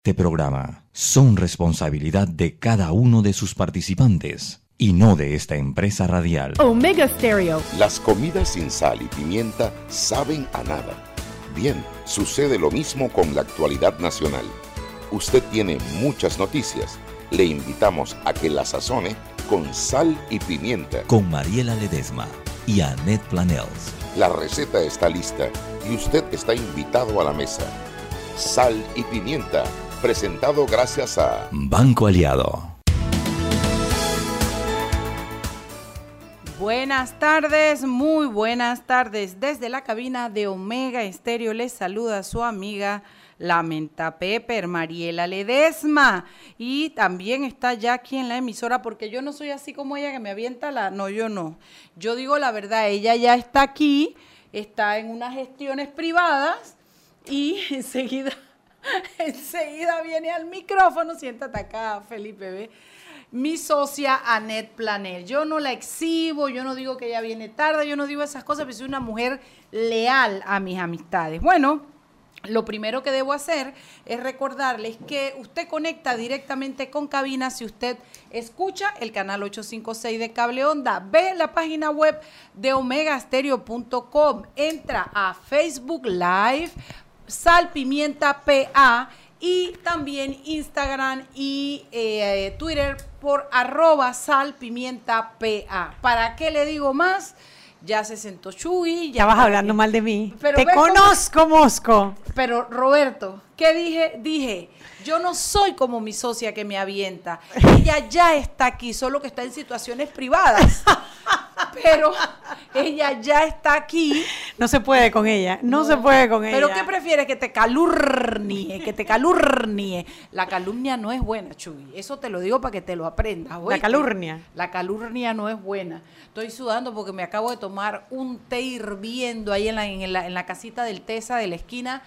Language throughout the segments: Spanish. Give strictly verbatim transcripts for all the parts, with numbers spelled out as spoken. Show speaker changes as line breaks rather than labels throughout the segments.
Este programa son responsabilidad de cada uno de sus participantes y no de esta empresa radial.
Omega Stereo.
Las comidas sin sal y pimienta saben a nada. Bien, sucede lo mismo con la actualidad nacional. Usted tiene muchas noticias. Le invitamos a que la sazone con sal y pimienta.
Con Mariela Ledesma y Annette Planels.
La receta está lista y usted está invitado a la mesa. Sal y pimienta, presentado gracias a
Banco Aliado.
Buenas tardes, muy buenas tardes. Desde la cabina de Omega Estéreo les saluda su amiga la Menta Pepper, Mariela Ledesma. Y también está ya aquí en la emisora, porque yo no soy así como ella que me avienta la... No, yo no. Yo digo la verdad, ella ya está aquí, está en unas gestiones privadas y enseguida, enseguida viene al micrófono. Siéntate acá, Felipe, ve. Mi socia Annette Planel. Yo no la exhibo, yo no digo que ella viene tarde, yo no digo esas cosas, pero soy una mujer leal a mis amistades. Bueno, lo primero que debo hacer es recordarles que usted conecta directamente con cabina si usted escucha el canal ochocientos cincuenta y seis de Cable Onda, ve la página web de omega stereo punto com, entra a Facebook Live, Sal Pimienta P A, y también Instagram y eh, Twitter por arroba Sal Pimienta P A. ¿Para qué le digo más? Ya se sentó Chuy.
Ya vas hablando mal de mí.
Pero
te conozco, cómo... Mosco.
Pero, Roberto, ¿qué dije? Dije, yo no soy como mi socia que me avienta. Ella ya está aquí, solo que está en situaciones privadas. Pero ella ya está aquí.
No se puede con ella, no, no se puede con
¿Pero
ella.
¿Pero qué prefieres? Que te calurnie, que te calurnie. La calumnia no es buena, Chuy. Eso te lo digo para que te lo aprendas. ¿oíste?
La calurnia.
La calurnia no es buena. Estoy sudando porque me acabo de tomar un té hirviendo ahí en la, en la, en la casita del Tesa de la esquina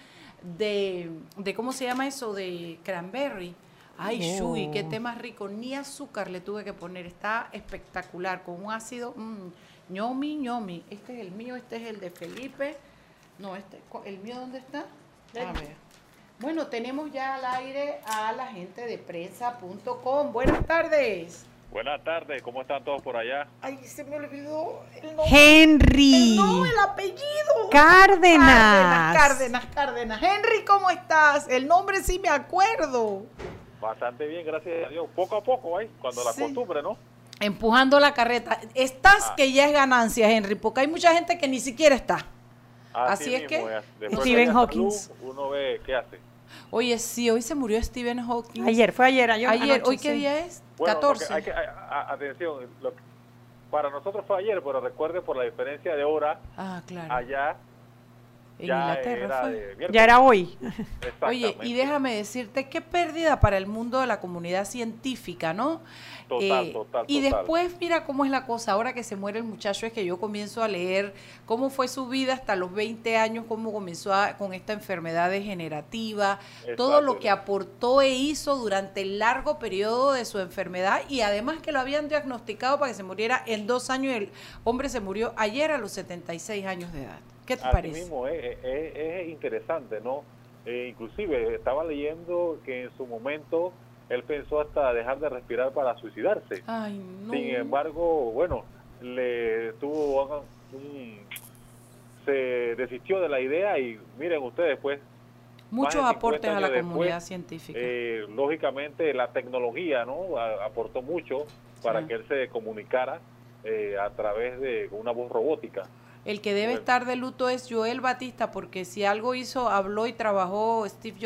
de, de, ¿cómo se llama eso? De cranberry. Ay, oh. Chuy, qué té más rico. Ni azúcar le tuve que poner. Está espectacular, con un ácido mmm, ñomi, ñomi. Este es el mío, este es el de Felipe. No, este, ¿el mío dónde está? A ver. Bueno, tenemos ya al aire a la gente de prensa punto com. Buenas tardes.
Buenas tardes, ¿cómo están todos por allá?
Ay, se me olvidó el nombre.
Henry.
No, el apellido.
Cárdenas.
Cárdenas, Cárdenas, Cárdenas. Henry, ¿cómo estás? El nombre sí me acuerdo.
Bastante bien, gracias a Dios. Poco a poco, ¿eh? Cuando la
sí.
costumbre, ¿no?
Empujando la carreta. Estás ah. que ya es ganancia, Henry, porque hay mucha gente que ni siquiera está.
Así,
Así es que...
Es.
Stephen Hawking.
Uno ve qué hace.
Oye, sí, hoy se murió Stephen Hawking.
Ayer, fue ayer. Ayer,
ayer
anoche,
¿hoy qué
sí.
día es?
Bueno,
catorce.
Hay que, a, a, atención, lo, para nosotros fue ayer, pero recuerde por la diferencia de hora.
Ah, claro.
Allá
en
ya
Inglaterra
era
fue.
De
ya era hoy.
Oye, y déjame decirte, qué pérdida para el mundo de la comunidad científica, ¿no?
Total,
eh,
total,
Y
total.
después, mira cómo es la cosa, ahora que se muere el muchacho, es que yo comienzo a leer cómo fue su vida hasta los veinte años, cómo comenzó a, con esta enfermedad degenerativa, Exacto. todo lo que aportó e hizo durante el largo periodo de su enfermedad, y además que lo habían diagnosticado para que se muriera en dos años, y el hombre se murió ayer a los setenta y seis años de edad. ¿Qué te
Así
parece?
mismo, es, es, es interesante, ¿no? Eh, inclusive estaba leyendo que en su momento él pensó hasta dejar de respirar para suicidarse.
Ay, no.
Sin embargo, bueno, le tuvo un, se desistió de la idea y miren ustedes, pues,
muchos aportes a la
después,
comunidad científica.
Eh, lógicamente la tecnología, ¿no? A, aportó mucho para sí. que él se comunicara eh, a través de una voz robótica.
El que debe bueno. estar de luto es Joel Batista, porque si algo hizo, habló y trabajó Steve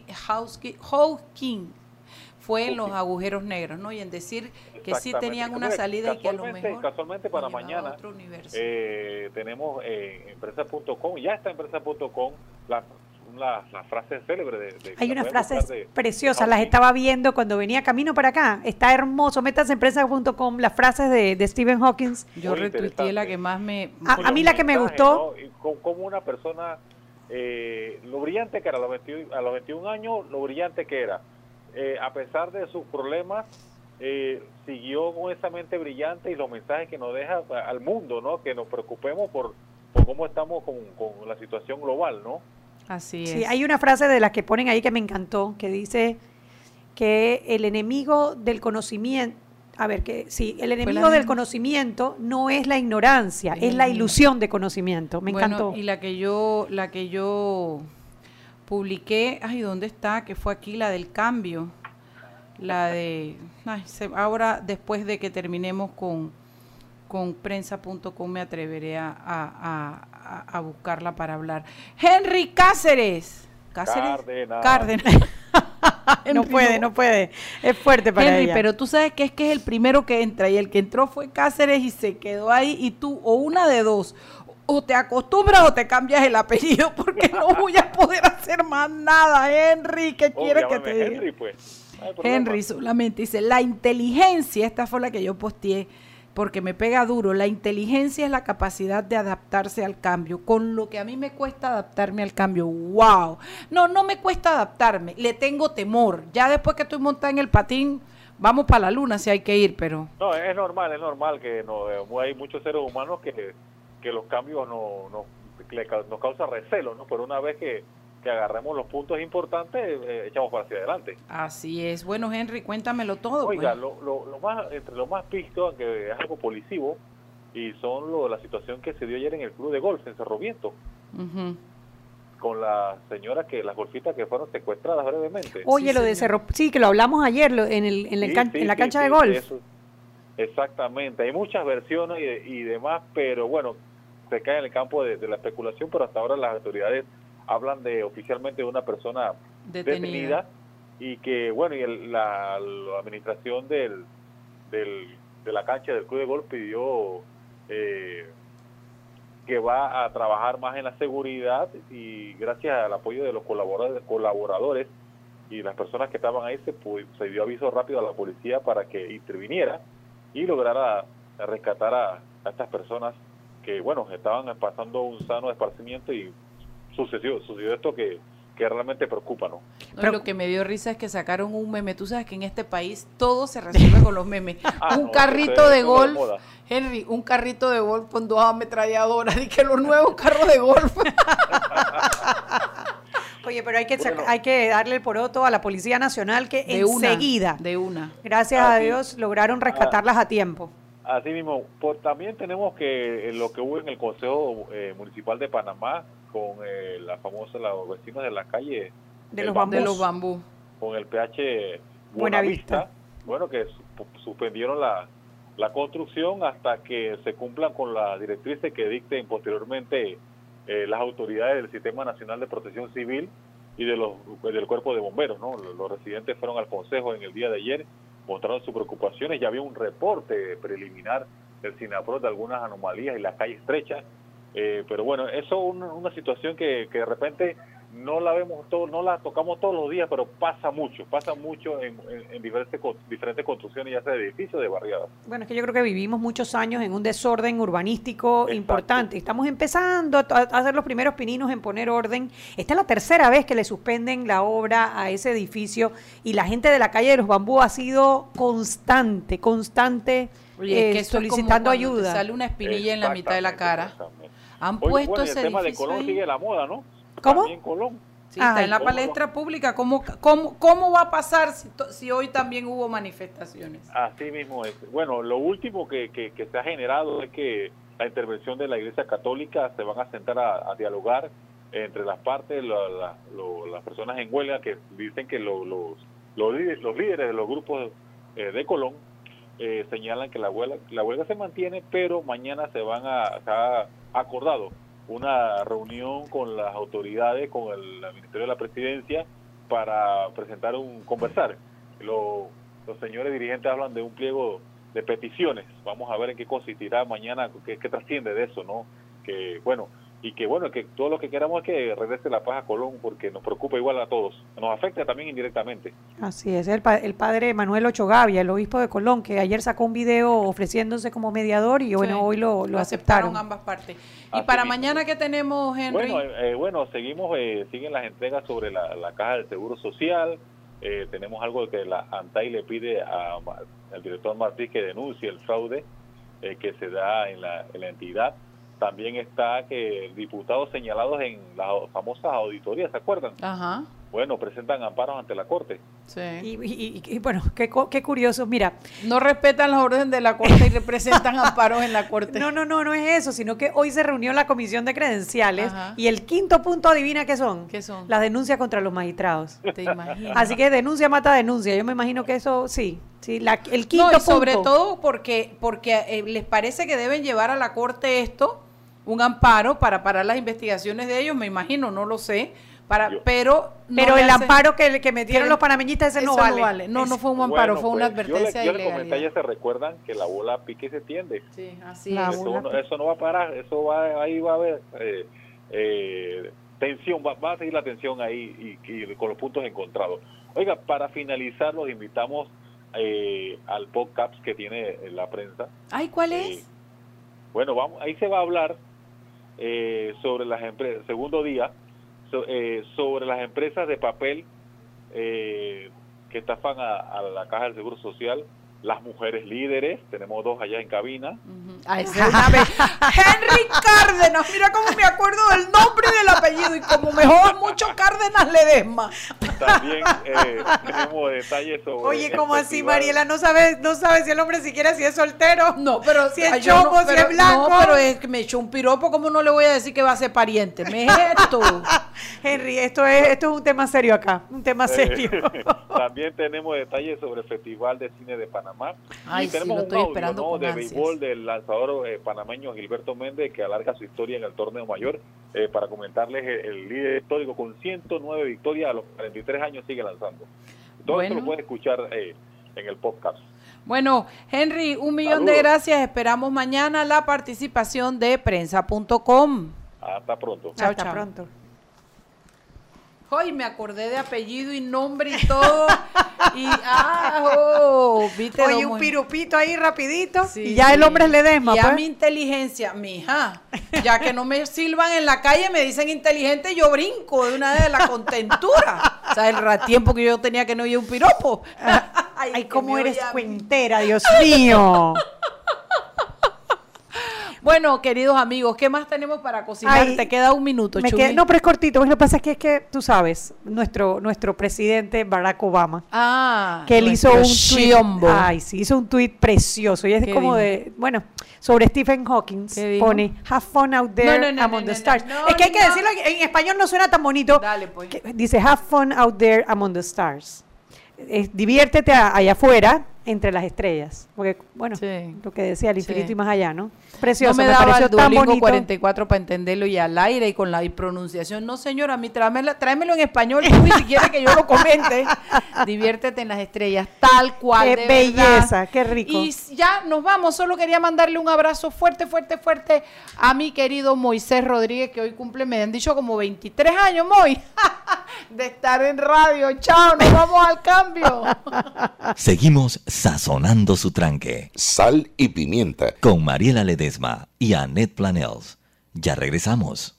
Hawking, fue en los agujeros negros, ¿no? Y en decir que sí tenían una salida y que a lo mejor...
Casualmente para mañana eh, tenemos eh, empresa punto com, ya está empresa punto com, la, la, la frase célebre de... de
Hay unas frases de, preciosas, de las estaba viendo cuando venía camino para acá, está hermoso, métanse en empresa punto com, las frases de, de Stephen Hawking.
Yo retuiteé la que más me...
A, a mí la que me gustó...
¿no? Como una persona, eh, lo brillante que era, a los veintiún, a los veintiún años, lo brillante que era. Eh, a pesar de sus problemas, eh, siguió con esa mente brillante y los mensajes que nos deja al mundo, ¿no? Que nos preocupemos por, por cómo estamos con, con la situación global, ¿no?
Así es.
Sí, hay una frase de las que ponen ahí que me encantó, que dice que el enemigo del conocimiento, a ver, que sí, el enemigo del conocimiento no es la ignorancia, es la ilusión de conocimiento. Me
bueno,
encantó.
Y la que yo, la que yo publiqué, ay, ¿dónde está? Que fue aquí la del cambio, la de, ay, se, ahora después de que terminemos con con prensa punto com me atreveré a, a, a, a buscarla para hablar. Henry Cáceres. Cáceres.
Cárdenas.
Cárdenas.
no puede, no puede. Es fuerte para
Henry,
ella.
pero tú sabes que es que es el primero que entra y el que entró fue Cáceres y se quedó ahí y tú, o una de dos, o te acostumbras o te cambias el apellido porque no voy a poder hacer más nada, Henry. ¿Qué
Oh,
quieres que
llámame
te diga?
Henry, pues. No hay problema.
Henry solamente dice, la inteligencia, esta fue la que yo posteé, porque me pega duro, la inteligencia es la capacidad de adaptarse al cambio, con lo que a mí me cuesta adaptarme al cambio. ¡Wow! No, no me cuesta adaptarme, le tengo temor. Ya después que estoy montada en el patín, vamos para la luna si hay que ir, pero...
No, es normal, es normal que no, eh, hay muchos seres humanos que, que los cambios no, no, le, nos causan recelo, ¿no? Pero una vez que, que agarremos los puntos importantes, eh, echamos para hacia adelante.
Así es. Bueno, Henry, cuéntamelo todo.
Oiga,
pues.
lo, lo, lo más, entre lo más visto, aunque es algo policivo, y son lo, la situación que se dio ayer en el club de golf en Cerro Viento,
Uh-huh.
con la señora que, las golfistas que fueron secuestradas brevemente.
Oye,
Sí,
lo de
señor.
Cerro, sí, que lo hablamos ayer lo, en, el, en, el
Sí,
can-
sí,
en la
sí,
cancha
sí,
de golf.
eso. Exactamente, hay muchas versiones y, de- y demás, pero bueno, se cae en el campo de, de la especulación, pero hasta ahora las autoridades hablan de oficialmente de una persona
Detenida.
detenida, y que bueno, y el- la, la administración del, del de la cancha del club de golf pidió eh, que va a trabajar más en la seguridad, y gracias al apoyo de los colaboradores, colaboradores y las personas que estaban ahí, se, pu- se dio aviso rápido a la policía para que interviniera y lograra rescatar a, a estas personas que, bueno, estaban pasando un sano esparcimiento, y sucedió, sucedió esto que, que realmente preocupa, ¿no?
No, y lo que me dio risa es que sacaron un meme. Tú sabes que en este país todo se resuelve con los memes.
Ah,
un
no,
carrito
eso es-
de
eso es de
golf,
moda.
Henry, un carrito de golf con dos ametralladoras. Y que los nuevos carros de golf.
Oye, pero hay que,
Bueno.
saca- hay que darle el poroto a la Policía Nacional que
De una,
enseguida,
de una.
gracias
Ah,
a
sí.
Dios, lograron rescatarlas a tiempo.
Así mismo, por, también tenemos que eh, lo que hubo en el Consejo eh, Municipal de Panamá con eh, la famosa, los vecinos de la calle
De
El
los
Bambú,
De
bambús.
los bambú.
con el P H
Buenavista.
Buenavista, bueno, que su- suspendieron la, la construcción hasta que se cumplan con las directrices que dicten posteriormente eh, las autoridades del Sistema Nacional de Protección Civil y de los del Cuerpo de Bomberos, ¿no? Los, los residentes fueron al Consejo en el día de ayer, mostraron sus preocupaciones, ya había un reporte preliminar del SINAPROD de algunas anomalías y las calles estrechas, eh, pero bueno, eso es una, una situación que, que de repente no la vemos todo, no la tocamos todos los días, pero pasa mucho, pasa mucho en, en, en diferentes, co- diferentes construcciones, ya sea de edificios, de barriadas.
Bueno, es que yo creo que vivimos muchos años en un desorden urbanístico
Exacto.
importante. Estamos empezando a, a hacer los primeros pininos en poner orden. Esta es la tercera vez que le suspenden la obra a ese edificio, y la gente de la calle de los Bambú ha sido constante, constante,
Oye,
eh,
es que eso es como
solicitando
cuando te
ayuda.
sale una espinilla en la mitad de la
Exactamente,
cara.
exactamente.
Han
Oye,
puesto
bueno, y
ese
el tema de
edificio
Colón
ahí.
sigue la moda, ¿no?
¿Cómo?
También Colón.
Sí, está
Ay,
en la
¿cómo?
palestra pública. ¿Cómo, cómo, cómo, ¿Cómo va a pasar si, to- si hoy también hubo manifestaciones?
Así mismo es. Bueno, lo último que, que, que se ha generado es que la intervención de la Iglesia Católica, se van a sentar a, a dialogar entre las partes, la- la- lo- las personas en huelga, que dicen que lo- los, los, líderes, los líderes de los grupos eh, de Colón eh, señalan que la huelga, la huelga se mantiene, pero mañana se van a, se ha acordado una reunión con las autoridades, con el, el Ministerio de la Presidencia, para presentar un conversar. Lo- los señores dirigentes hablan de un pliego de peticiones. Vamos a ver en qué consistirá mañana, qué, qué trasciende de eso, ¿no? Que bueno, y que bueno, que todo lo que queramos es que regrese la paz a Colón, porque nos preocupa igual a todos. Nos afecta también indirectamente.
Así es, el, pa- el padre Manuel Ochogavia, el obispo de Colón, que ayer sacó un video ofreciéndose como mediador, y bueno,
Sí,
hoy lo, lo aceptaron.
ambas partes. ¿Y
Así
para
mismo.
mañana qué tenemos, Henry?
Bueno, eh, eh, bueno, seguimos, eh, siguen las entregas sobre la, la caja del Seguro Social. Eh, tenemos algo que la ANTAI le pide a- al director Martí que denuncie el fraude eh, que se da en la, en la entidad. también está que diputados señalados en las famosas auditorías, ¿se acuerdan?
Ajá.
Bueno, presentan amparos ante la Corte.
Sí.
Y, y, y, y bueno, qué, qué curioso, mira.
No respetan las órdenes de la Corte y representan amparos en la Corte.
No, no, no, no es eso, sino que hoy se reunió la Comisión de Credenciales.
Ajá.
Y el quinto punto, adivina qué son.
¿Qué son?
Las denuncias contra los magistrados.
Te imaginas.
Así que denuncia mata denuncia. Yo me imagino que eso, sí, sí, la, el quinto
no, y
punto.
sobre todo porque, porque eh, les parece que deben llevar a la Corte esto, un amparo para parar las investigaciones de ellos, me imagino, no lo sé. Para,
Yo.
pero no
Pero el
hacen,
amparo que, que metieron
que,
los panameñistas, ese no vale.
no vale. No, no fue un
Bueno,
amparo, fue
pues,
una advertencia
yo
de
le, yo le comenté,
ilegalidad.
ya se recuerdan que la bola pique y se tiende.
Sí, así
La
es.
Eso,
bola
no,
pique.
eso no va a parar, eso va, ahí va a haber eh, eh, tensión, va, va a seguir la tensión ahí y, y con los puntos encontrados. Oiga, para finalizar los invitamos eh, al podcast que tiene la prensa.
Ay, ¿cuál
Eh,
es?
bueno, vamos, ahí se va a hablar eh, sobre las empresas, segundo día, so, eh, sobre las empresas de papel eh, que estafan a, a la Caja del Seguro Social, las mujeres líderes, tenemos dos allá en cabina.
Uh-huh. Ah, esa es una vez. Henry Cárdenas, mira cómo me acuerdo del nombre y del apellido, y como me jodan mucho Cárdenas Ledesma.
También eh, tenemos detalles sobre...
Oye,
el
¿cómo así,
festival.
Mariela? No sabes no sabe si el hombre siquiera si es soltero.
No, pero
si es
ay, yo
chopo,
no,
si
pero-
es blanco.
No, pero es que me echó un piropo, ¿cómo no le voy a decir que va a ser pariente? ¿Me es esto?
Henry, esto es, esto es un tema serio acá, un tema serio.
Eh, también tenemos detalles sobre el Festival de Cine de Panamá.
Ay,
y
sí,
tenemos
lo
un
estoy
audio,
esperando
¿no?
con
de
ansias.
béisbol del lanzador eh, panameño Gilberto Méndez, que alarga su historia en el torneo mayor, eh, para comentarles el, el líder histórico con ciento nueve victorias a los cuarenta y tres años sigue lanzando. Todo
Bueno.
esto lo pueden escuchar eh, en el podcast.
Bueno, Henry, un millón
Saludos.
de gracias. Esperamos mañana la participación de prensa punto com.
Hasta pronto.
Chao,
Hasta
chao.
pronto.
Hoy me acordé de apellido y nombre y todo. y, ah, oh, ¿viste?
Oye,
Don
un
Moy-
pirupito ahí rapidito
Sí,
y ya
sí.
el hombre es Ledesma,
Y a
pues.
mi inteligencia, mija, ya que no me silban en la calle, me dicen inteligente, yo brinco de una vez de la contentura. O sea, el ra- tiempo que yo tenía que no oír un piropo.
Ay,
que
cómo
me
eres
oía a mí.
cuentera, Dios mío.
Bueno, queridos amigos, ¿qué más tenemos para cocinar?
Ay,
Te queda un minuto,
Me
Chumi.
quedé- no, pero es cortito. Lo que pasa es que es que tú sabes, nuestro nuestro presidente Barack Obama,
Ah,
que él hizo un
nuestro
tweet,
Xiombo.
ay, sí, hizo un tweet precioso y es
¿Qué
como
dijo?
de, bueno, sobre Stephen Hawking,
¿Qué dijo?
pone have fun out there
No, no, no,
among
no,
the
no,
stars.
no,
es que hay que
no.
decirlo en español, no suena tan bonito.
Dale, pues.
Que dice have fun out there among the stars. Es, diviértete a- allá afuera entre las estrellas, porque bueno,
Sí.
lo que decía el infinito
Sí.
y más allá, ¿no? Precioso,
No me,
me,
daba
pareció
el
tan
Duolingo
bonito.
cuarenta y cuatro para entenderlo y al aire y con la y pronunciación. No, señora, a mí tráemela- tráemelo en español, tú, y si quieres que yo lo comente. Diviértete en las estrellas, tal cual.
Qué
de
belleza,
verdad.
qué rico.
Y ya nos vamos. Solo quería mandarle un abrazo fuerte, fuerte, fuerte a mi querido Moisés Rodríguez, que hoy cumple, me han dicho como veintitrés años, Moy, de estar en radio. Chao, nos vamos al cambio.
Seguimos sazonando su tranque
Sal y pimienta.
con Mariela Ledesma y Annette Planels. Ya regresamos.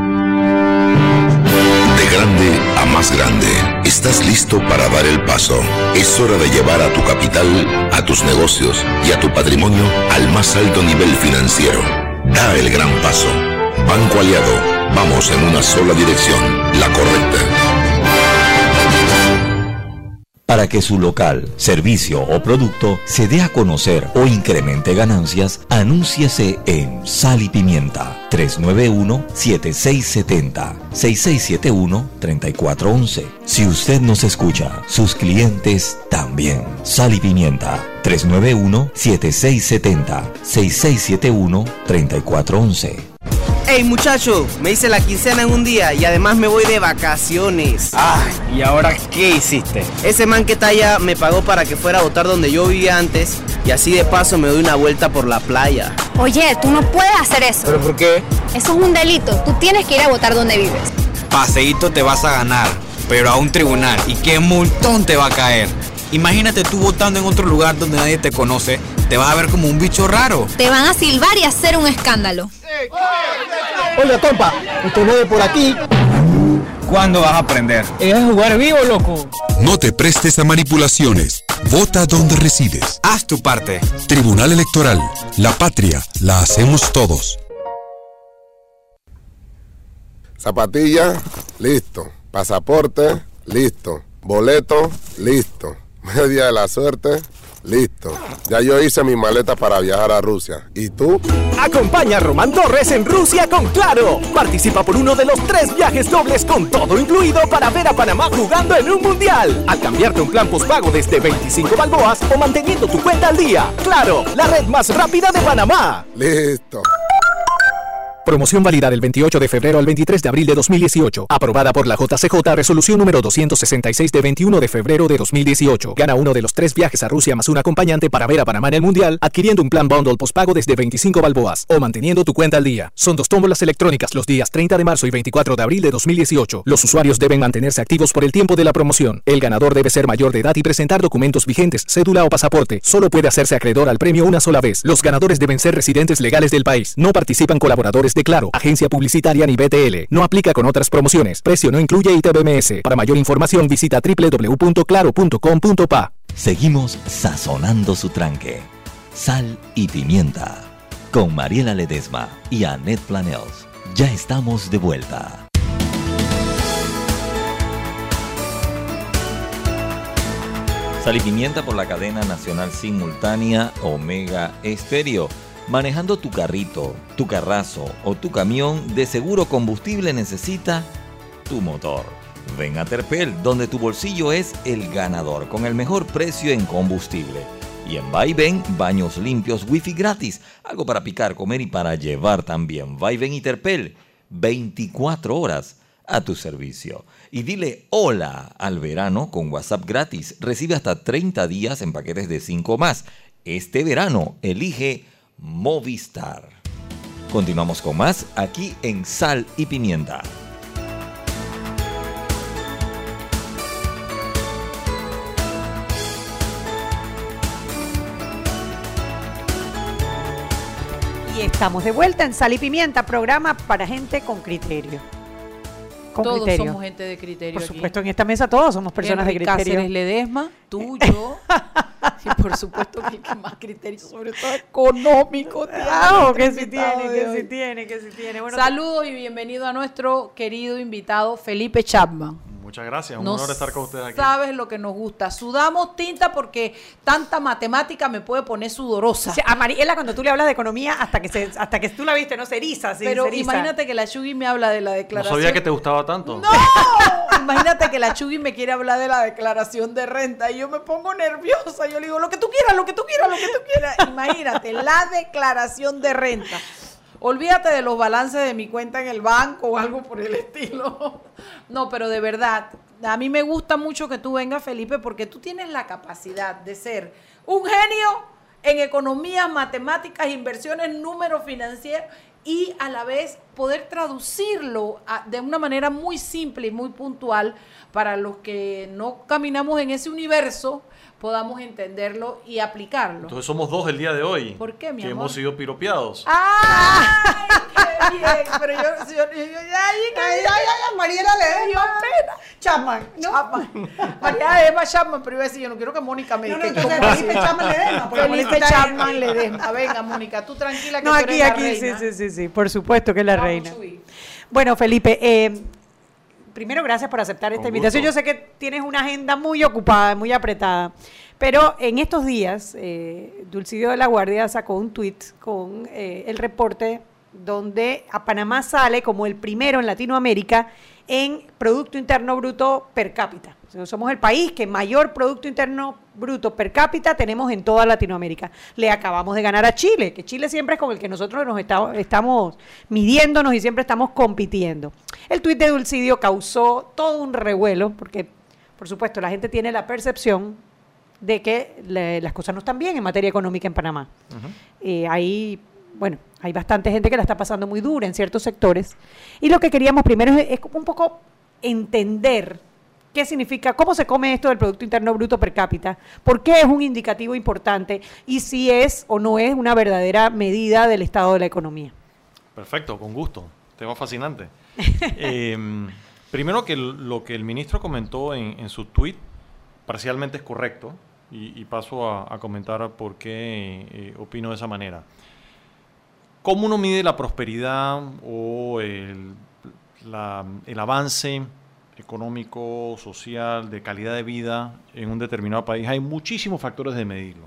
De grande a más grande, estás listo para dar el paso. Es hora de llevar a tu capital, a tus negocios y a tu patrimonio al más alto nivel financiero. Da el gran paso. Banco Aliado, vamos en una sola dirección, la correcta.
Para que su local, servicio o producto se dé a conocer o incremente ganancias, anúnciese en Sal y Pimienta tres nueve uno, siete seis siete cero, seis seis siete uno, tres cuatro uno uno. Si usted nos escucha, sus clientes también. Sal y Pimienta tres nueve uno, siete seis siete cero, seis seis siete uno, tres cuatro uno uno.
Hey muchacho, me hice la quincena en un día y además me voy de vacaciones.
Ay, ¿y ahora qué hiciste?
Ese man que está allá me pagó para que fuera a votar donde yo vivía antes y así de paso me doy una vuelta por la playa.
Oye, tú no puedes hacer eso.
¿Pero por qué?
Eso es un delito. Tú tienes que ir a votar donde vives.
Paseíto te vas a ganar, pero a un tribunal. ¿Y qué multón te va a caer? Imagínate tú votando en otro lugar donde nadie te conoce, te vas a ver como un bicho raro.
Te van a silbar y hacer un escándalo.
Oiga, compa, usted no ve por aquí.
¿Cuándo vas a aprender?
Es jugar vivo, loco.
No te prestes a manipulaciones. Vota donde resides.
Haz tu parte.
Tribunal Electoral. La patria la hacemos todos.
Zapatilla, listo. Pasaporte, listo. Boleto, listo. Media de la suerte, listo. Ya yo hice mi maleta para viajar a Rusia. ¿Y tú?
Acompaña a Román Torres en Rusia con Claro. Participa por uno de los tres viajes dobles con todo incluido para ver a Panamá jugando en un mundial. Al cambiarte un plan postpago desde veinticinco balboas o manteniendo tu cuenta al día. Claro, la red más rápida de Panamá.
Listo.
Promoción válida del veintiocho de febrero al veintitrés de abril de dos mil dieciocho. Aprobada por la J C J, resolución número doscientos sesenta y seis de veintiuno de febrero de dos mil dieciocho. Gana uno de los tres viajes a Rusia más un acompañante para ver a Panamá en el Mundial, adquiriendo un plan bundle postpago desde veinticinco balboas o manteniendo tu cuenta al día. Son dos tómbolas electrónicas los días treinta de marzo y veinticuatro de abril de dos mil dieciocho. Los usuarios deben mantenerse activos por el tiempo de la promoción. El ganador debe ser mayor de edad y presentar documentos vigentes, cédula o pasaporte. Solo puede hacerse acreedor al premio una sola vez. Los ganadores deben ser residentes legales del país. No participan colaboradores de Claro, agencia publicitaria ni B T L. No aplica con otras promociones. Precio no incluye I T B M S. Para mayor información visita doble u doble u doble u punto claro punto com punto pa.
Seguimos sazonando su tranque. Sal y pimienta. Con Mariela Ledesma y Annette Planels. Ya estamos de vuelta. Sal y pimienta por la cadena nacional simultánea Omega Estéreo. Manejando tu carrito, tu carrazo o tu camión, de seguro combustible necesita tu motor. Ven a Terpel, donde tu bolsillo es el ganador, con el mejor precio en combustible. Y en Vaivén, baños limpios, wifi gratis, algo para picar, comer y para llevar también. Vaivén y Terpel, veinticuatro horas a tu servicio. Y dile hola al verano con WhatsApp gratis. Recibe hasta treinta días en paquetes de cinco más. Este verano, elige Movistar. Continuamos con más aquí en Sal y Pimienta.
Y estamos de vuelta en Sal y Pimienta, programa para gente con criterio. Con
todos
criterio.
Somos gente de criterio.
Por
aquí.
supuesto, en esta mesa todos somos personas
Henry
de criterio.
Cáceres Ledesma, tú, yo. Y por supuesto que el que más criterio, sobre todo económico, tiene.
Ah, que sí tiene, que sí tiene, que sí tiene. Bueno,
saludos y bienvenido a nuestro querido invitado Felipe Chapman.
Muchas gracias, un
no
honor estar con ustedes aquí.
Sabes lo que nos gusta. Sudamos tinta porque tanta matemática me puede poner sudorosa.
O sea, a Mariela, cuando tú le hablas de economía, hasta que se, hasta que tú la viste, no se eriza. Sí,
Pero
se eriza.
Imagínate que la Chugui me habla de la declaración.
No sabía que te gustaba tanto.
¡No! Imagínate que la Chugui me quiere hablar de la declaración de renta y yo me pongo nerviosa. Yo le digo, lo que tú quieras, lo que tú quieras, lo que tú quieras. Imagínate, la declaración de renta. Olvídate de los balances de mi cuenta en el banco o algo por el estilo. No, pero de verdad, a mí me gusta mucho que tú vengas, Felipe, porque tú tienes la capacidad de ser un genio en economía, matemáticas, inversiones, números financieros y a la vez poder traducirlo a, de una manera muy simple y muy puntual para los que no caminamos en ese universo, podamos entenderlo y aplicarlo.
Entonces somos dos el día de hoy.
¿Por qué, mi
que
amor?
hemos sido piropeados.
¡Ay, qué bien! Pero yo, yo, yo, yo ay, qué
ay,
bien.
ay, ay, Mariela le dio pena. Chapman, ¿no?
Chapman. Mariela Ledesma Chapman, pero iba a decir, yo no quiero que Mónica me...
No, no,
que
entonces
como
Felipe
así.
Chapman Ledesma.
Felipe Chapman Ledesma. Venga, Mónica, tú tranquila que
no,
tú
aquí,
eres la
aquí,
reina.
sí, sí, sí, sí, por supuesto que es la
Vamos,
reina.
Chuy.
Bueno, Felipe, eh, primero gracias por aceptar esta
Con
invitación.
gusto.
Yo sé que tienes una agenda muy ocupada, muy apretada, pero en estos días, eh, Dulcidio de la Guardia sacó un tuit con eh, el reporte donde a Panamá sale como el primero en Latinoamérica en Producto Interno Bruto per cápita. O sea, somos el país que mayor Producto Interno Bruto per cápita tenemos en toda Latinoamérica. Le acabamos de ganar a Chile, que Chile siempre es con el que nosotros nos está, estamos midiéndonos y siempre estamos compitiendo. El tuit de Dulcidio causó todo un revuelo, porque, por supuesto, la gente tiene la percepción de que le, las cosas no están bien en materia económica en Panamá. Uh-huh. Eh, hay, bueno, hay bastante gente que la está pasando muy dura en ciertos sectores. Y lo que queríamos primero es, es un poco entender qué significa, cómo se come esto del Producto Interno Bruto per cápita, por qué es un indicativo importante y si es o no es una verdadera medida del estado de la economía.
Perfecto, con gusto. Tema fascinante. eh, primero que lo que el ministro comentó en, en su tuit parcialmente es correcto y, y paso a, a comentar por qué eh, opino de esa manera. ¿Cómo uno mide la prosperidad o el, la, el avance económico, social, de calidad de vida en un determinado país, hay muchísimos factores de medirlo.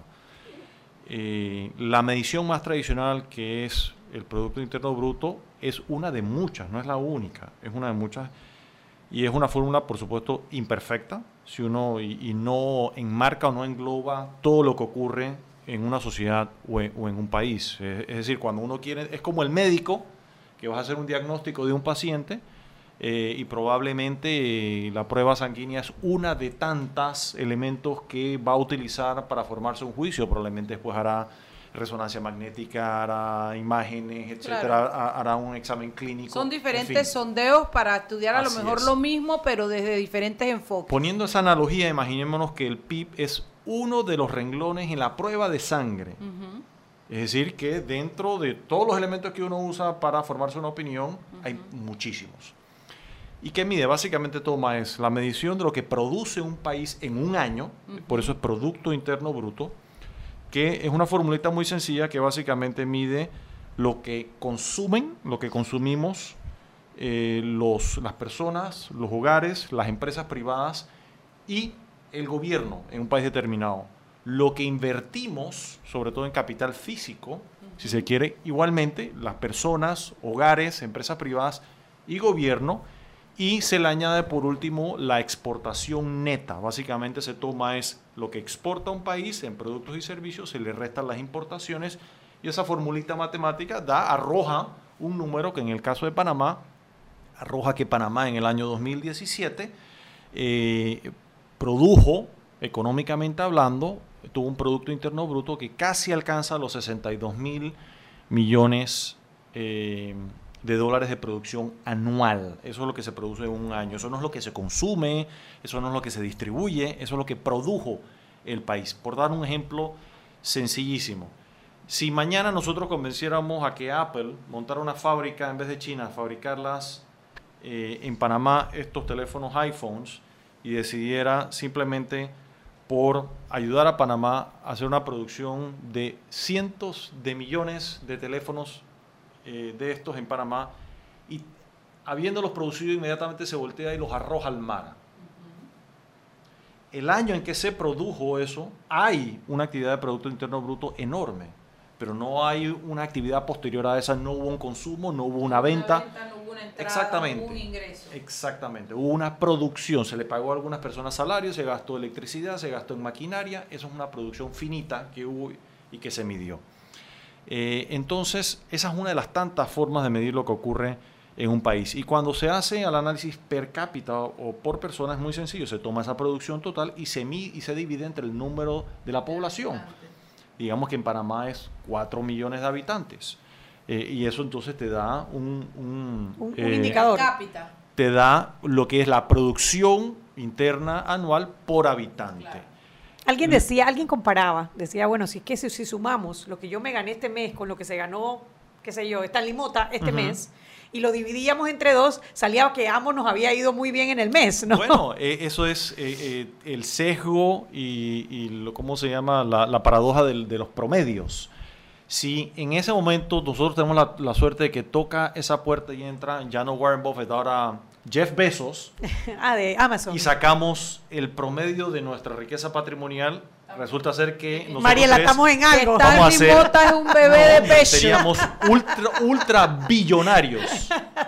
Eh, la medición más tradicional, que es el Producto Interno Bruto, es una de muchas, no es la única, es una de muchas, y es una fórmula, por supuesto, imperfecta, si uno y, y no enmarca o no engloba todo lo que ocurre en una sociedad o en, o en un país. Es, es decir, cuando uno quiere, es como el médico, que vas a hacer un diagnóstico de un paciente, eh, y probablemente eh, la prueba sanguínea es una de tantos elementos que va a utilizar para formarse un juicio. Probablemente después hará resonancia magnética, hará imágenes, etcétera, claro. hará un examen clínico.
Son diferentes
en fin.
sondeos para estudiar a
Así
lo mejor
es.
lo mismo, pero desde diferentes enfoques.
Poniendo esa analogía, imaginémonos que el P I B es uno de los renglones en la prueba de sangre. Uh-huh. Es decir, que dentro de todos los elementos que uno usa para formarse una opinión, uh-huh. hay muchísimos. ¿Y qué mide? Básicamente toma es la medición de lo que produce un país en un año, uh-huh. por eso es Producto Interno Bruto, que es una formulita muy sencilla que básicamente mide lo que consumen, lo que consumimos eh, los, las personas, los hogares, las empresas privadas y el gobierno en un país determinado. Lo que invertimos, sobre todo en capital físico, uh-huh. si se quiere, igualmente las personas, hogares, empresas privadas y gobierno, y se le añade por último la exportación neta. Básicamente se toma es lo que exporta un país en productos y servicios, se le restan las importaciones y esa formulita matemática da, arroja un número que en el caso de Panamá, arroja que Panamá en el año dos mil diecisiete eh, produjo, económicamente hablando, tuvo un Producto Interno Bruto que casi alcanza los sesenta y dos mil millones eh, de dólares de producción anual. Eso es lo que se produce en un año. Eso no es lo que se consume, eso no es lo que se distribuye, eso es lo que produjo el país. Por dar un ejemplo sencillísimo. Si mañana nosotros convenciéramos a que Apple montara una fábrica en vez de China, fabricarlas eh, en Panamá, estos teléfonos iPhones, y decidiera simplemente por ayudar a Panamá a hacer una producción de cientos de millones de teléfonos eh, de estos en Panamá, y habiéndolos producido inmediatamente se voltea y los arroja al mar. El año en que se produjo eso, hay una actividad de Producto Interno Bruto enorme, pero no hay una actividad posterior a esa, no hubo un consumo, no hubo una venta.
Una venta, no hubo una entrada,
exactamente,
no hubo un ingreso. Exactamente,
hubo una producción, se le pagó a algunas personas salarios, se gastó electricidad, se gastó en maquinaria, eso es una producción finita que hubo y que se midió. Eh, entonces, esa es una de las tantas formas de medir lo que ocurre en un país. Y cuando se hace el análisis per cápita o por persona es muy sencillo, se toma esa producción total y se, y se divide entre el número de la población. Digamos que en Panamá es cuatro millones de habitantes. Eh, y eso entonces te da un, un,
un,
eh,
un indicador.
Cápita.
Te da lo que es la producción interna anual por habitante.
Claro.
Alguien decía, alguien comparaba, decía, bueno, si es que si, si sumamos lo que yo me gané este mes con lo que se ganó, qué sé yo, esta limota este uh-huh. mes, y lo dividíamos entre dos, salía que a ambos nos había ido muy bien en el mes, ¿no?
Bueno, eh, eso es eh, eh, el sesgo y, y lo, ¿cómo se llama? La, la paradoja del, de los promedios. Si en ese momento nosotros tenemos la, la suerte de que toca esa puerta y entra ya no Warren Buffett, ahora Jeff Bezos,
ah, de Amazon,
y sacamos el promedio de nuestra riqueza patrimonial, resulta ser que nosotros
Mariela,
tres
estamos en algo.
Vamos a hacer,
es un bebé
no,
de pecho.
Seríamos ultra, ultra billonarios.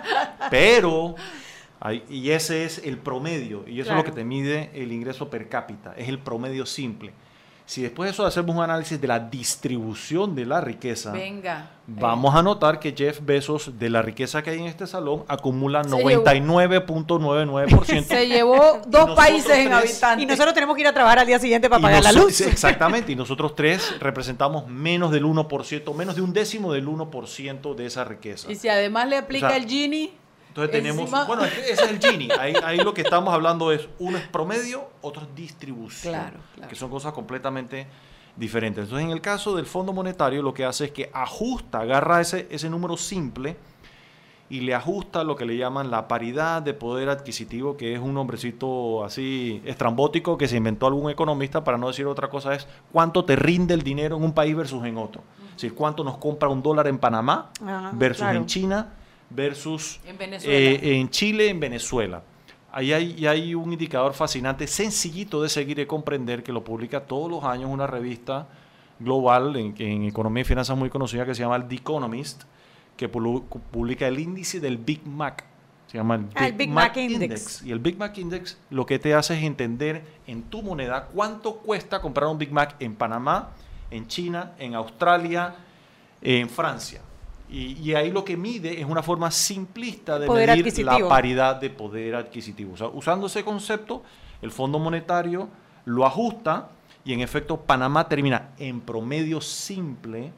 Pero, hay, y ese es el promedio, y eso claro. es lo que te mide el ingreso per cápita, es el promedio simple. Si después de eso hacemos un análisis de la distribución de la riqueza,
Venga,
vamos eh. a notar que Jeff Bezos, de la riqueza que hay en este salón, acumula noventa y nueve punto noventa y nueve por ciento.
Se llevó dos países en habitantes.
Y nosotros tenemos que ir a trabajar al día siguiente para pagar la luz.
Exactamente, y nosotros tres representamos menos del uno por ciento, menos de un décimo del uno por ciento de esa riqueza.
Y si además le aplica o sea, el Gini...
Entonces tenemos, encima... bueno, ese es el Gini. Ahí, ahí lo que estamos hablando es, uno es promedio, otro es distribución,
claro, claro.
que son cosas completamente diferentes. Entonces, en el caso del Fondo Monetario, lo que hace es que ajusta, agarra ese, ese número simple y le ajusta lo que le llaman la paridad de poder adquisitivo, que es un nombrecito así estrambótico que se inventó algún economista, para no decir otra cosa, es cuánto te rinde el dinero en un país versus en otro. Uh-huh. Es decir, cuánto nos compra un dólar en Panamá uh-huh, versus claro. en China, versus
en, Venezuela.
Eh, en Chile, en Venezuela. Ahí hay, y hay un indicador fascinante, sencillito de seguir y comprender, que lo publica todos los años una revista global en, en economía y finanzas muy conocida que se llama The Economist, que publica el índice del Big Mac. Se llama el Big,
ah, el Big
Mac,
Mac
Index.
Index.
Y el Big Mac Index lo que te hace es entender en tu moneda cuánto cuesta comprar un Big Mac en Panamá, en China, en Australia, en Francia. Y, y ahí lo que mide es una forma simplista de
poder
medir
adquisitivo.
La paridad de poder adquisitivo. O sea, usando ese concepto, el Fondo Monetario lo ajusta y en efecto Panamá termina en promedio simple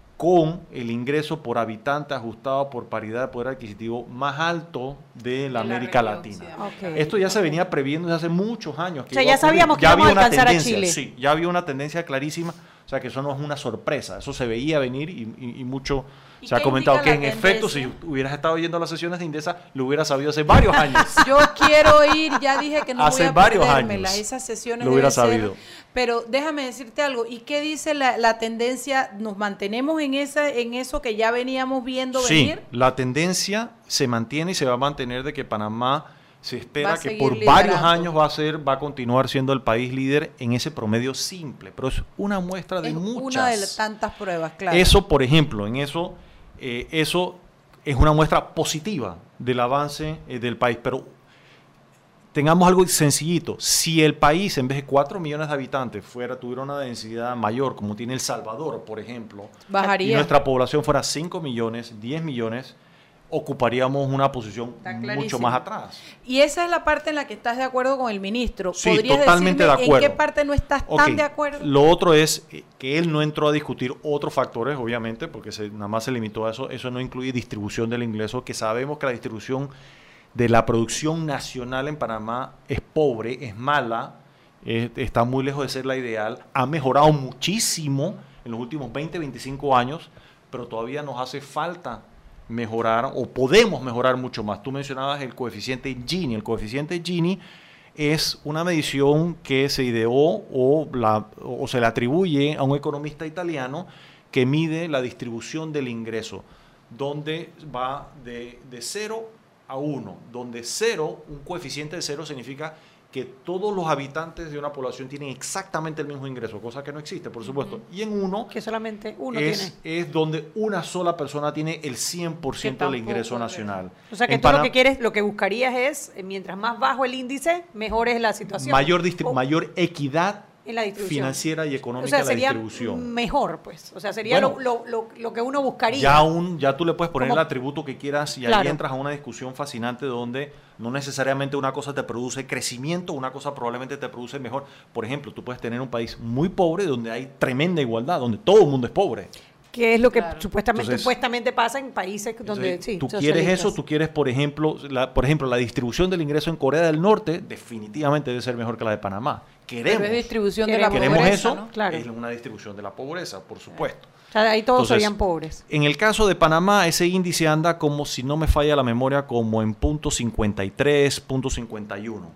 con el ingreso por habitante ajustado por paridad de poder adquisitivo más alto de la, de la América región, Latina. Sí. Okay. Esto ya okay. se venía previendo desde hace muchos años. Que
o sea, ya sabíamos que ya íbamos a alcanzar a Chile.
Sí, ya había una tendencia clarísima. O sea, que eso no es una sorpresa. Eso se veía venir y, y, y mucho
¿Y
se ha comentado que en tendencia? Efecto, si hubieras estado oyendo las sesiones de Indesa, lo hubieras sabido hace varios años.
Yo quiero ir, ya dije que no
hace
voy a
varios
perdérmelas,
años
esas sesiones
lo hubiera
ser,
sabido.
Pero déjame decirte algo, ¿y qué dice la, la tendencia? ¿Nos mantenemos en esa, en eso que ya veníamos viendo
sí,
venir?
Sí, la tendencia se mantiene y se va a mantener de que Panamá se espera que por
liderando.
varios años va a ser, va a continuar siendo el país líder en ese promedio simple, pero es una muestra de
es
muchas.
Una de tantas pruebas, claro.
Eso, por ejemplo, en eso, eh, eso es una muestra positiva del avance eh, del país, pero tengamos algo sencillito. Si el país, en vez de cuatro millones de habitantes, fuera, tuviera una densidad mayor, como tiene El Salvador, por ejemplo,
bajaría.
Y nuestra población fuera cinco millones, diez millones, ocuparíamos una posición mucho más atrás.
Y esa es la parte en la que estás de acuerdo con el ministro.
Sí,
¿Podrías
totalmente de acuerdo.
¿En qué parte no estás
okay.
tan de acuerdo?
Lo otro es que él no entró a discutir otros factores, obviamente, porque se, nada más se limitó a eso. Eso no incluye distribución del ingreso, que sabemos que la distribución de la producción nacional en Panamá es pobre, es mala, es, está muy lejos de ser la ideal. Ha mejorado muchísimo en los últimos veinte, veinticinco años, pero todavía nos hace falta mejorar o podemos mejorar mucho más. Tú mencionabas el coeficiente Gini. El coeficiente Gini es una medición que se ideó o, la, o se le atribuye a un economista italiano que mide la distribución del ingreso, donde va de, de cero a uno, donde cero, un coeficiente de cero significa que todos los habitantes de una población tienen exactamente el mismo ingreso, cosa que no existe, por supuesto. Uh-huh. Y en uno,
que solamente uno
es,
tiene.
es donde una sola persona tiene el cien por ciento del ingreso nacional.
O sea que
en
tú
Panam-
lo que quieres, lo que buscarías es, mientras más bajo el índice, mejor es la situación.
Mayor, distri- o, mayor equidad
en la distribución
financiera y económica,
o sea,
de la
sería
distribución.
Mejor, pues. O sea, sería bueno, lo, lo, lo, lo que uno buscaría.
Ya, un, ya tú le puedes poner
Como,
el atributo que quieras y
claro.
ahí entras a una discusión fascinante donde no necesariamente una cosa te produce crecimiento, una cosa probablemente te produce mejor. Por ejemplo, tú puedes tener un país muy pobre donde hay tremenda igualdad, donde todo el mundo es pobre.
Que es lo que
claro.
supuestamente,
Entonces,
supuestamente pasa en países donde
entonces,
sí,
tú quieres eso, tú quieres, por ejemplo, la, por ejemplo, la distribución del ingreso en Corea del Norte definitivamente debe ser mejor que la de Panamá. Queremos,
Pero es distribución de
queremos
la
queremos
pobreza,
eso,
¿no?
Claro.
es una distribución de la pobreza, por supuesto.
O sea, ahí todos
Entonces,
serían pobres.
En el caso de Panamá, ese índice anda como, si no me falla la memoria, como en punto cincuenta y tres, punto cincuenta y uno.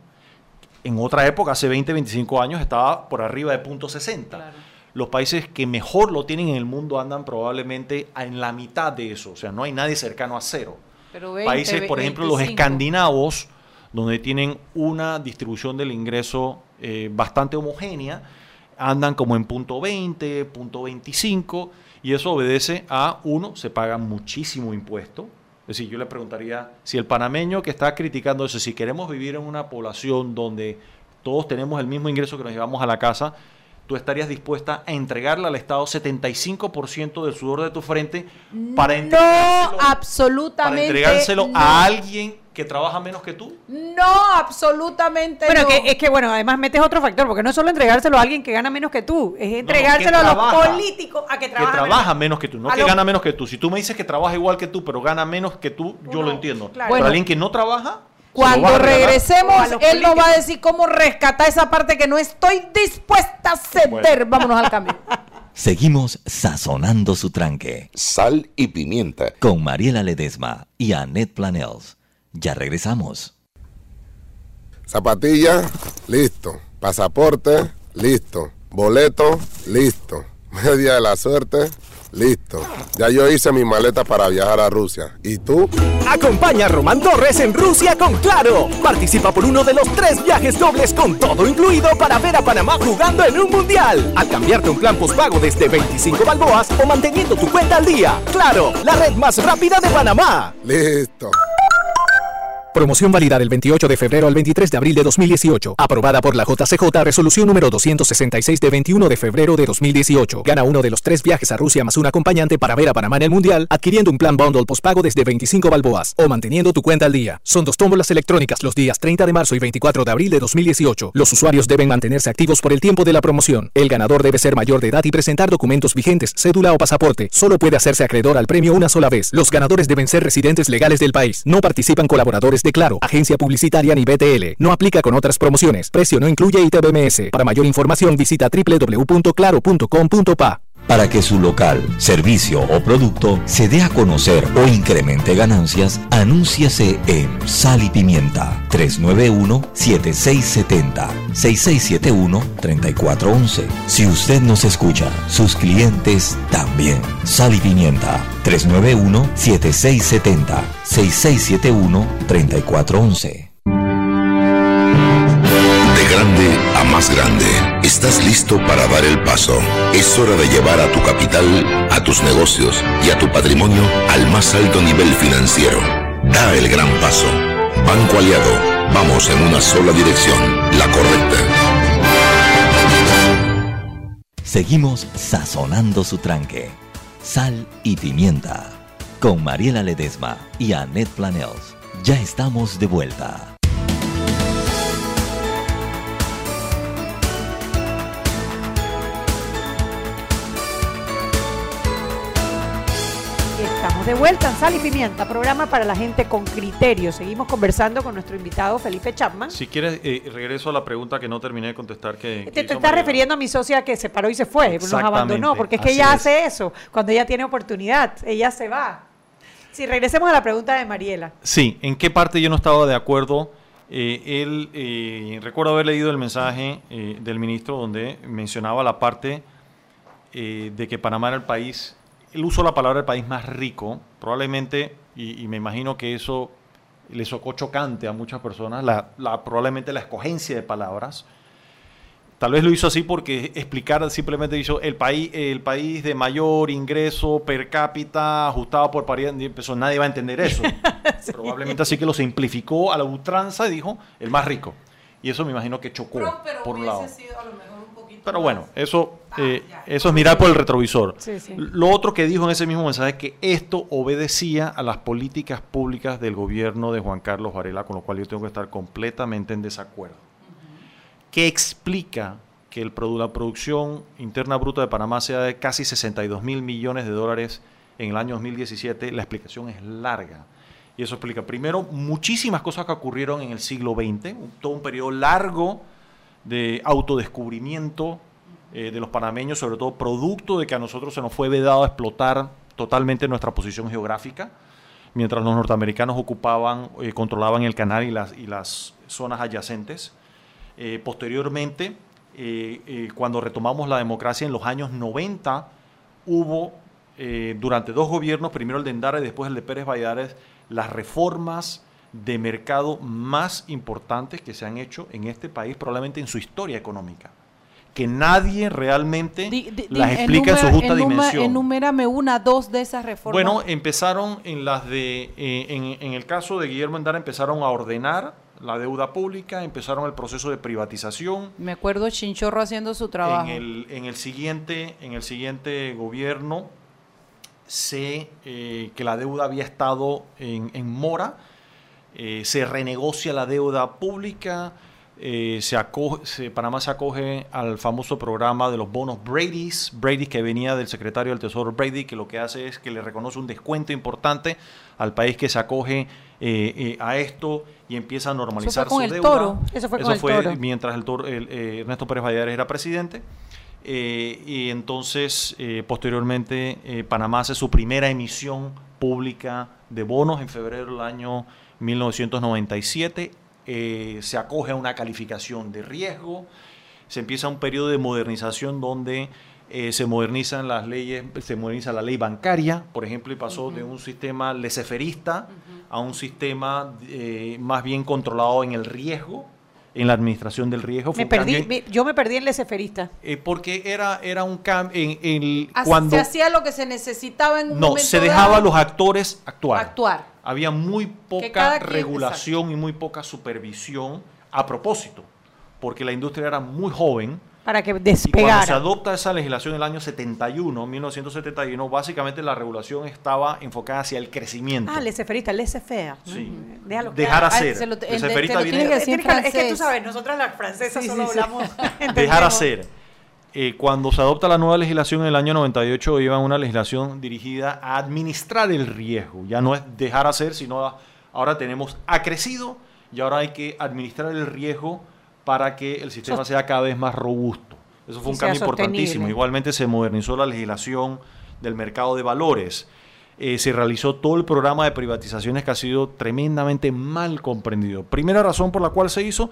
En otra época, hace veinte, veinticinco años, estaba por arriba de punto sesenta. Claro. Los países que mejor lo tienen en el mundo andan probablemente en la mitad de eso. O sea, no hay nadie cercano a cero.
Pero veinte,
países, por ejemplo,
veinticinco.
Los escandinavos, donde tienen una distribución del ingreso eh, bastante homogénea, andan como en punto veinte, punto veinticinco, y eso obedece a, uno, se paga muchísimo impuesto. Es decir, yo le preguntaría, si el panameño que está criticando eso, si queremos vivir en una población donde todos tenemos el mismo ingreso que nos llevamos a la casa, ¿tú estarías dispuesta a entregarle al Estado setenta y cinco por ciento del sudor de tu frente para entregárselo,
no, absolutamente
para entregárselo
no.
a alguien que trabaja menos que tú?
No, absolutamente
bueno,
no.
Bueno, que, es que bueno, además metes otro factor, porque no es solo entregárselo a alguien que gana menos que tú, es entregárselo
no, no,
a
trabaja,
los políticos a que trabaja,
que trabaja menos que tú, no
a
que
los...
gana menos que tú. Si tú me dices que trabaja igual que tú, pero gana menos que tú, yo
Uno,
lo entiendo.
claro.
Pero
Bueno,
alguien que no trabaja,
cuando regresemos, él nos va a decir cómo rescatar esa parte que no estoy dispuesta a ceder. Bueno. Vámonos al cambio.
Seguimos sazonando su tranque.
Sal y pimienta.
Con Mariela Ledesma y Annette Planels. Ya regresamos.
Zapatilla, listo. Pasaporte, listo. Boleto, listo. Media de la suerte, Listo. Ya yo hice mi maleta para viajar a Rusia. ¿Y tú?
Acompaña a Román Torres en Rusia con Claro. Participa por uno de los tres viajes dobles con todo incluido para ver a Panamá jugando en un mundial. Al cambiarte un plan postpago desde veinticinco balboas o manteniendo tu cuenta al día. Claro, la red más rápida de Panamá.
Listo.
Promoción válida del veintiocho de febrero al veintitrés de abril de dos mil dieciocho. Aprobada por la J C J, resolución número doscientos sesenta y seis de veintiuno de febrero de dos mil dieciocho. Gana uno de los tres viajes a Rusia más un acompañante para ver a Panamá en el Mundial, adquiriendo un plan bundle postpago desde veinticinco balboas o manteniendo tu cuenta al día. Son dos tómbolas electrónicas los días treinta de marzo y veinticuatro de abril de dos mil dieciocho. Los usuarios deben mantenerse activos por el tiempo de la promoción. El ganador debe ser mayor de edad y presentar documentos vigentes, cédula o pasaporte. Solo puede hacerse acreedor al premio una sola vez. Los ganadores deben ser residentes legales del país. No participan colaboradores de Claro, agencia publicitaria ni B T L. No aplica con otras promociones. Precio no incluye I T B M S. Para mayor información visita doble u doble u doble u punto claro punto com punto pa.
Para que su local, servicio o producto se dé a conocer o incremente ganancias, anúnciese en Sal y Pimienta. tres nueve uno, siete seis siete cero, seis seis siete uno, tres cuatro uno uno. Si usted nos escucha, sus clientes también. Sal y Pimienta. tres nueve uno, siete seis siete cero, seis seis siete uno, tres cuatro uno uno.
De grande a más grande, estás listo para dar el paso. Es hora de llevar a tu capital, a tus negocios y a tu patrimonio al más alto nivel financiero. Da el gran paso. Banco Aliado, vamos en una sola dirección, la correcta.
Seguimos sazonando su tranque. Sal y Pimienta. Con Mariela Ledesma y Annette Planels. Ya estamos de vuelta.
Estamos de vuelta en Sal y Pimienta, programa para la gente con criterio. Seguimos conversando con nuestro invitado Felipe Chapman.
Si quieres, eh, regreso a la pregunta que no terminé de contestar. Que,
te,
que
te estás refiriendo a mi socia que se paró y se fue, nos abandonó, porque es que ella es. hace eso. Cuando ella tiene oportunidad, ella se va. Si regresemos a la pregunta de Mariela.
Sí, ¿en qué parte yo no estaba de acuerdo? Eh, él, eh, recuerdo haber leído el mensaje eh, del ministro donde mencionaba la parte eh, de que Panamá era el país... Él usó la palabra el país más rico, probablemente, y, y me imagino que eso le socó chocante a muchas personas, la, la, probablemente la escogencia de palabras. Tal vez lo hizo así porque explicar simplemente hizo el país, el país de mayor ingreso per cápita ajustado por paridad, empezó, nadie va a entender eso. Sí. Probablemente así que lo simplificó a la ultranza y dijo el más rico. Y eso me imagino que chocó pero, pero por un lado. Sido a lo mejor un poquito pero bueno, eso, ah, eh, eso es mirar por el retrovisor. Sí, sí. Lo otro que dijo en ese mismo mensaje es que esto obedecía a las políticas públicas del gobierno de Juan Carlos Varela, con lo cual yo tengo que estar completamente en desacuerdo. Uh-huh. ¿Qué explica que el, la producción interna bruta de Panamá sea de casi sesenta y dos mil millones de dólares en el año dos mil diecisiete? La explicación es larga. Y eso explica, primero, muchísimas cosas que ocurrieron en el siglo veinte, un, todo un periodo largo de autodescubrimiento eh, de los panameños, sobre todo producto de que a nosotros se nos fue vedado explotar totalmente nuestra posición geográfica, mientras los norteamericanos ocupaban, eh, controlaban el canal y las, y las zonas adyacentes. Eh, posteriormente, eh, eh, cuando retomamos la democracia en los años noventa, hubo, eh, durante dos gobiernos, primero el de Endara y después el de Pérez Valladares, las reformas de mercado más importantes que se han hecho en este país, probablemente en su historia económica, que nadie realmente di, di, las di, explica enumera, en su justa enumera, dimensión.
Enumérame una, dos de esas reformas.
Bueno, empezaron en las de, eh, en, en el caso de Guillermo Endara, empezaron a ordenar la deuda pública, empezaron el proceso de privatización.
Me acuerdo Chinchorro haciendo su trabajo.
En el, en el siguiente, en el siguiente gobierno, sé eh, que la deuda había estado en, en mora, eh, se renegocia la deuda pública, eh, se acoge, se, Panamá se acoge al famoso programa de los bonos Brady's, Brady que venía del secretario del Tesoro Brady, que lo que hace es que le reconoce un descuento importante al país que se acoge eh, eh, a esto y empieza a normalizar su deuda.
Toro.
Eso fue con
Eso
el
fue
toro.
mientras el toro, el, eh, Ernesto Pérez Valladares era presidente. Eh, y entonces, eh, posteriormente, eh, Panamá hace su primera emisión pública de bonos en febrero del año mil novecientos noventa y siete. Eh, se acoge a una calificación de riesgo. Se empieza un periodo de modernización donde eh, se modernizan las leyes, se moderniza la ley bancaria, por ejemplo, y pasó uh-huh. de un sistema laissez-fairista uh-huh. a un sistema eh, más bien controlado en el riesgo, en la administración del riesgo.
Me perdí, me, yo me perdí en laissez-fairista.
Eh, porque era, era un cambio en, en
Así,
cuando
se hacía lo que se necesitaba en un
no,
momento
se dejaba a
dado.
los actores actuar.
Actuar.
Había muy poca quien, regulación exacto. y muy poca supervisión a propósito, porque la industria era muy joven.
Para que despegara.
Y cuando se adopta esa legislación en el año setenta y uno, mil novecientos setenta y uno, básicamente la regulación estaba enfocada hacia el crecimiento.
Ah, laissez-faire, laissez-faire.
Sí.
Mm, déjalo
Dejar
que,
hacer.
Ah, lo,
laissez-faire viene
que decir es que tú sabes, nosotras las francesas sí, solo sí, hablamos.
Sí. Dejar hacer. Eh, cuando se adopta la nueva legislación en el año noventa y ocho, iba una legislación dirigida a administrar el riesgo. Ya no es dejar hacer, sino ahora tenemos ha crecido y ahora hay que administrar el riesgo para que el sistema so, sea cada vez más robusto. Eso fue un cambio importantísimo. Igualmente se modernizó la legislación del mercado de valores. Eh, se realizó todo el programa de privatizaciones que ha sido tremendamente mal comprendido. Primera razón por la cual se hizo,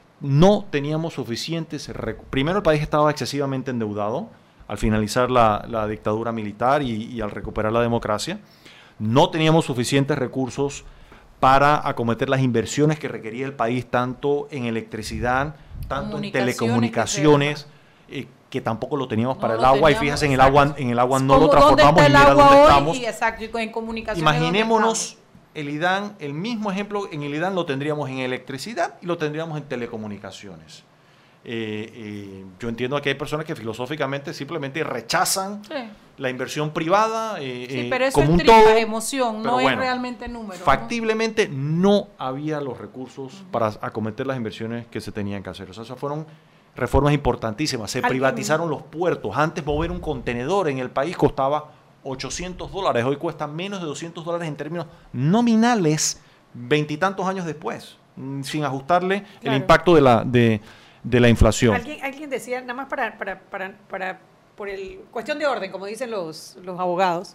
no teníamos suficientes recursos. Primero, el país estaba excesivamente endeudado al finalizar la, la dictadura militar y, y al recuperar la democracia. No teníamos suficientes recursos para acometer las inversiones que requería el país, tanto en electricidad, tanto en telecomunicaciones, que, eh, que tampoco lo teníamos no para el agua. Y fíjese, en el agua, en el agua no lo transformamos y mira dónde estamos.
Y exacto, y en comunicaciones.
Imaginémonos el IDAN, el mismo ejemplo, en el IDAN lo tendríamos en electricidad y lo tendríamos en telecomunicaciones. Eh, eh, yo entiendo que hay personas que filosóficamente simplemente rechazan sí. la inversión privada eh,
sí, pero eso
como
es
un
tripa,
todo,
emoción, no bueno, es realmente número.
Factiblemente no, no había los recursos uh-huh. para acometer las inversiones que se tenían que hacer. O sea, esas fueron reformas importantísimas. Se privatizaron los puertos. Antes mover un contenedor en el país costaba ochocientos dólares. Hoy cuesta menos de doscientos dólares en términos nominales veintitantos años después, sin ajustarle claro. el impacto de la... De, de la inflación.
Alguien, alguien decía, nada más para, para, para, para por el cuestión de orden, como dicen los, los abogados,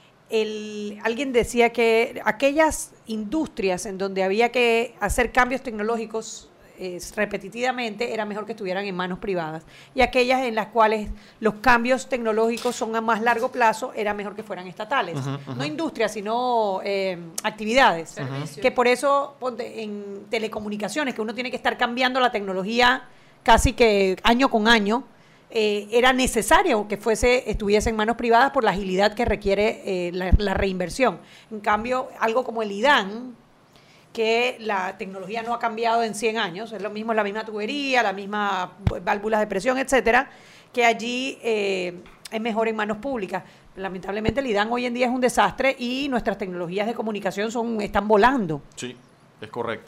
el, alguien decía que aquellas industrias en donde había que hacer cambios tecnológicos eh, repetitivamente, era mejor que estuvieran en manos privadas. Y aquellas en las cuales los cambios tecnológicos son a más largo plazo, era mejor que fueran estatales. Uh-huh, uh-huh. No industrias, sino eh, actividades. Uh-huh. Que por eso, ponte, en telecomunicaciones, que uno tiene que estar cambiando la tecnología casi que año con año, eh, era necesario que fuese estuviese en manos privadas por la agilidad que requiere eh, la, la reinversión. En cambio, algo como el IDAN, que la tecnología no ha cambiado en cien años, es lo mismo, la misma tubería, la misma válvulas de presión, etcétera, que allí eh, es mejor en manos públicas. Lamentablemente el IDAN hoy en día es un desastre y nuestras tecnologías de comunicación son están volando.
Sí, es correcto.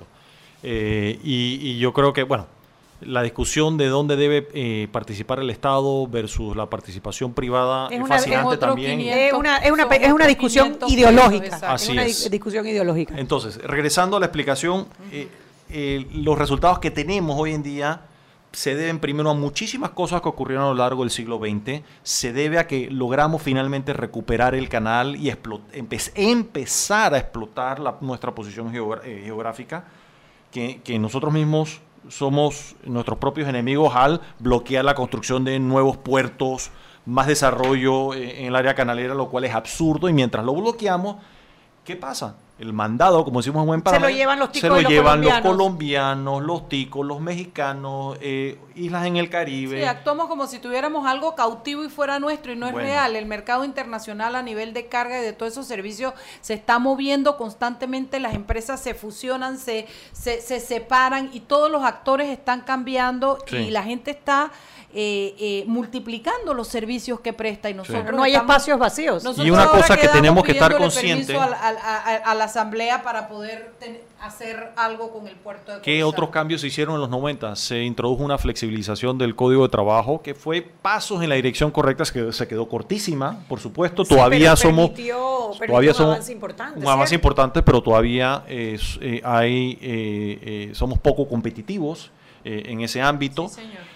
Eh, y, y yo creo que, bueno, la discusión de dónde debe eh, participar el Estado versus la participación privada es, es una, fascinante es también.
quinientos, es una, es una, es una discusión ideológica.
Así
es una
es.
discusión ideológica.
Entonces, regresando a la explicación, eh, eh, los resultados que tenemos hoy en día se deben primero a muchísimas cosas que ocurrieron a lo largo del siglo veinte, se debe a que logramos finalmente recuperar el canal y empe empezar a explotar la, nuestra posición geogra eh, geográfica, que, que nosotros mismos somos nuestros propios enemigos al bloquear la construcción de nuevos puertos, más desarrollo en el área canalera, lo cual es absurdo, y mientras lo bloqueamos, ¿qué pasa? El mandado, como decimos en buen Panamá,
se lo llevan los ticos,
se lo
los
llevan
colombianos.
los colombianos, los ticos, los mexicanos, eh, islas en el Caribe.
Sí, actuamos como si tuviéramos algo cautivo y fuera nuestro, y no es
bueno.
real. El mercado internacional a nivel de carga y de todos esos servicios se está moviendo constantemente, las empresas se fusionan, se, se, se separan y todos los actores están cambiando sí. y la gente está eh, eh, multiplicando los servicios que presta y nosotros
sí. no hay
estamos,
espacios vacíos.
Y una cosa que tenemos que estar conscientes.
A, a, a, a la asamblea para poder ten, hacer algo con el puerto de
¿Qué otros cambios se hicieron en los noventa? Se introdujo una flexibilización del Código de Trabajo que fue pasos en la dirección correcta, que se quedó cortísima, por supuesto. Sí, todavía somos permitió, permitió todavía un somos avance importante, un avance importante, pero todavía eh, eh, hay eh, eh, somos poco competitivos eh, en ese ámbito.
Sí, señor.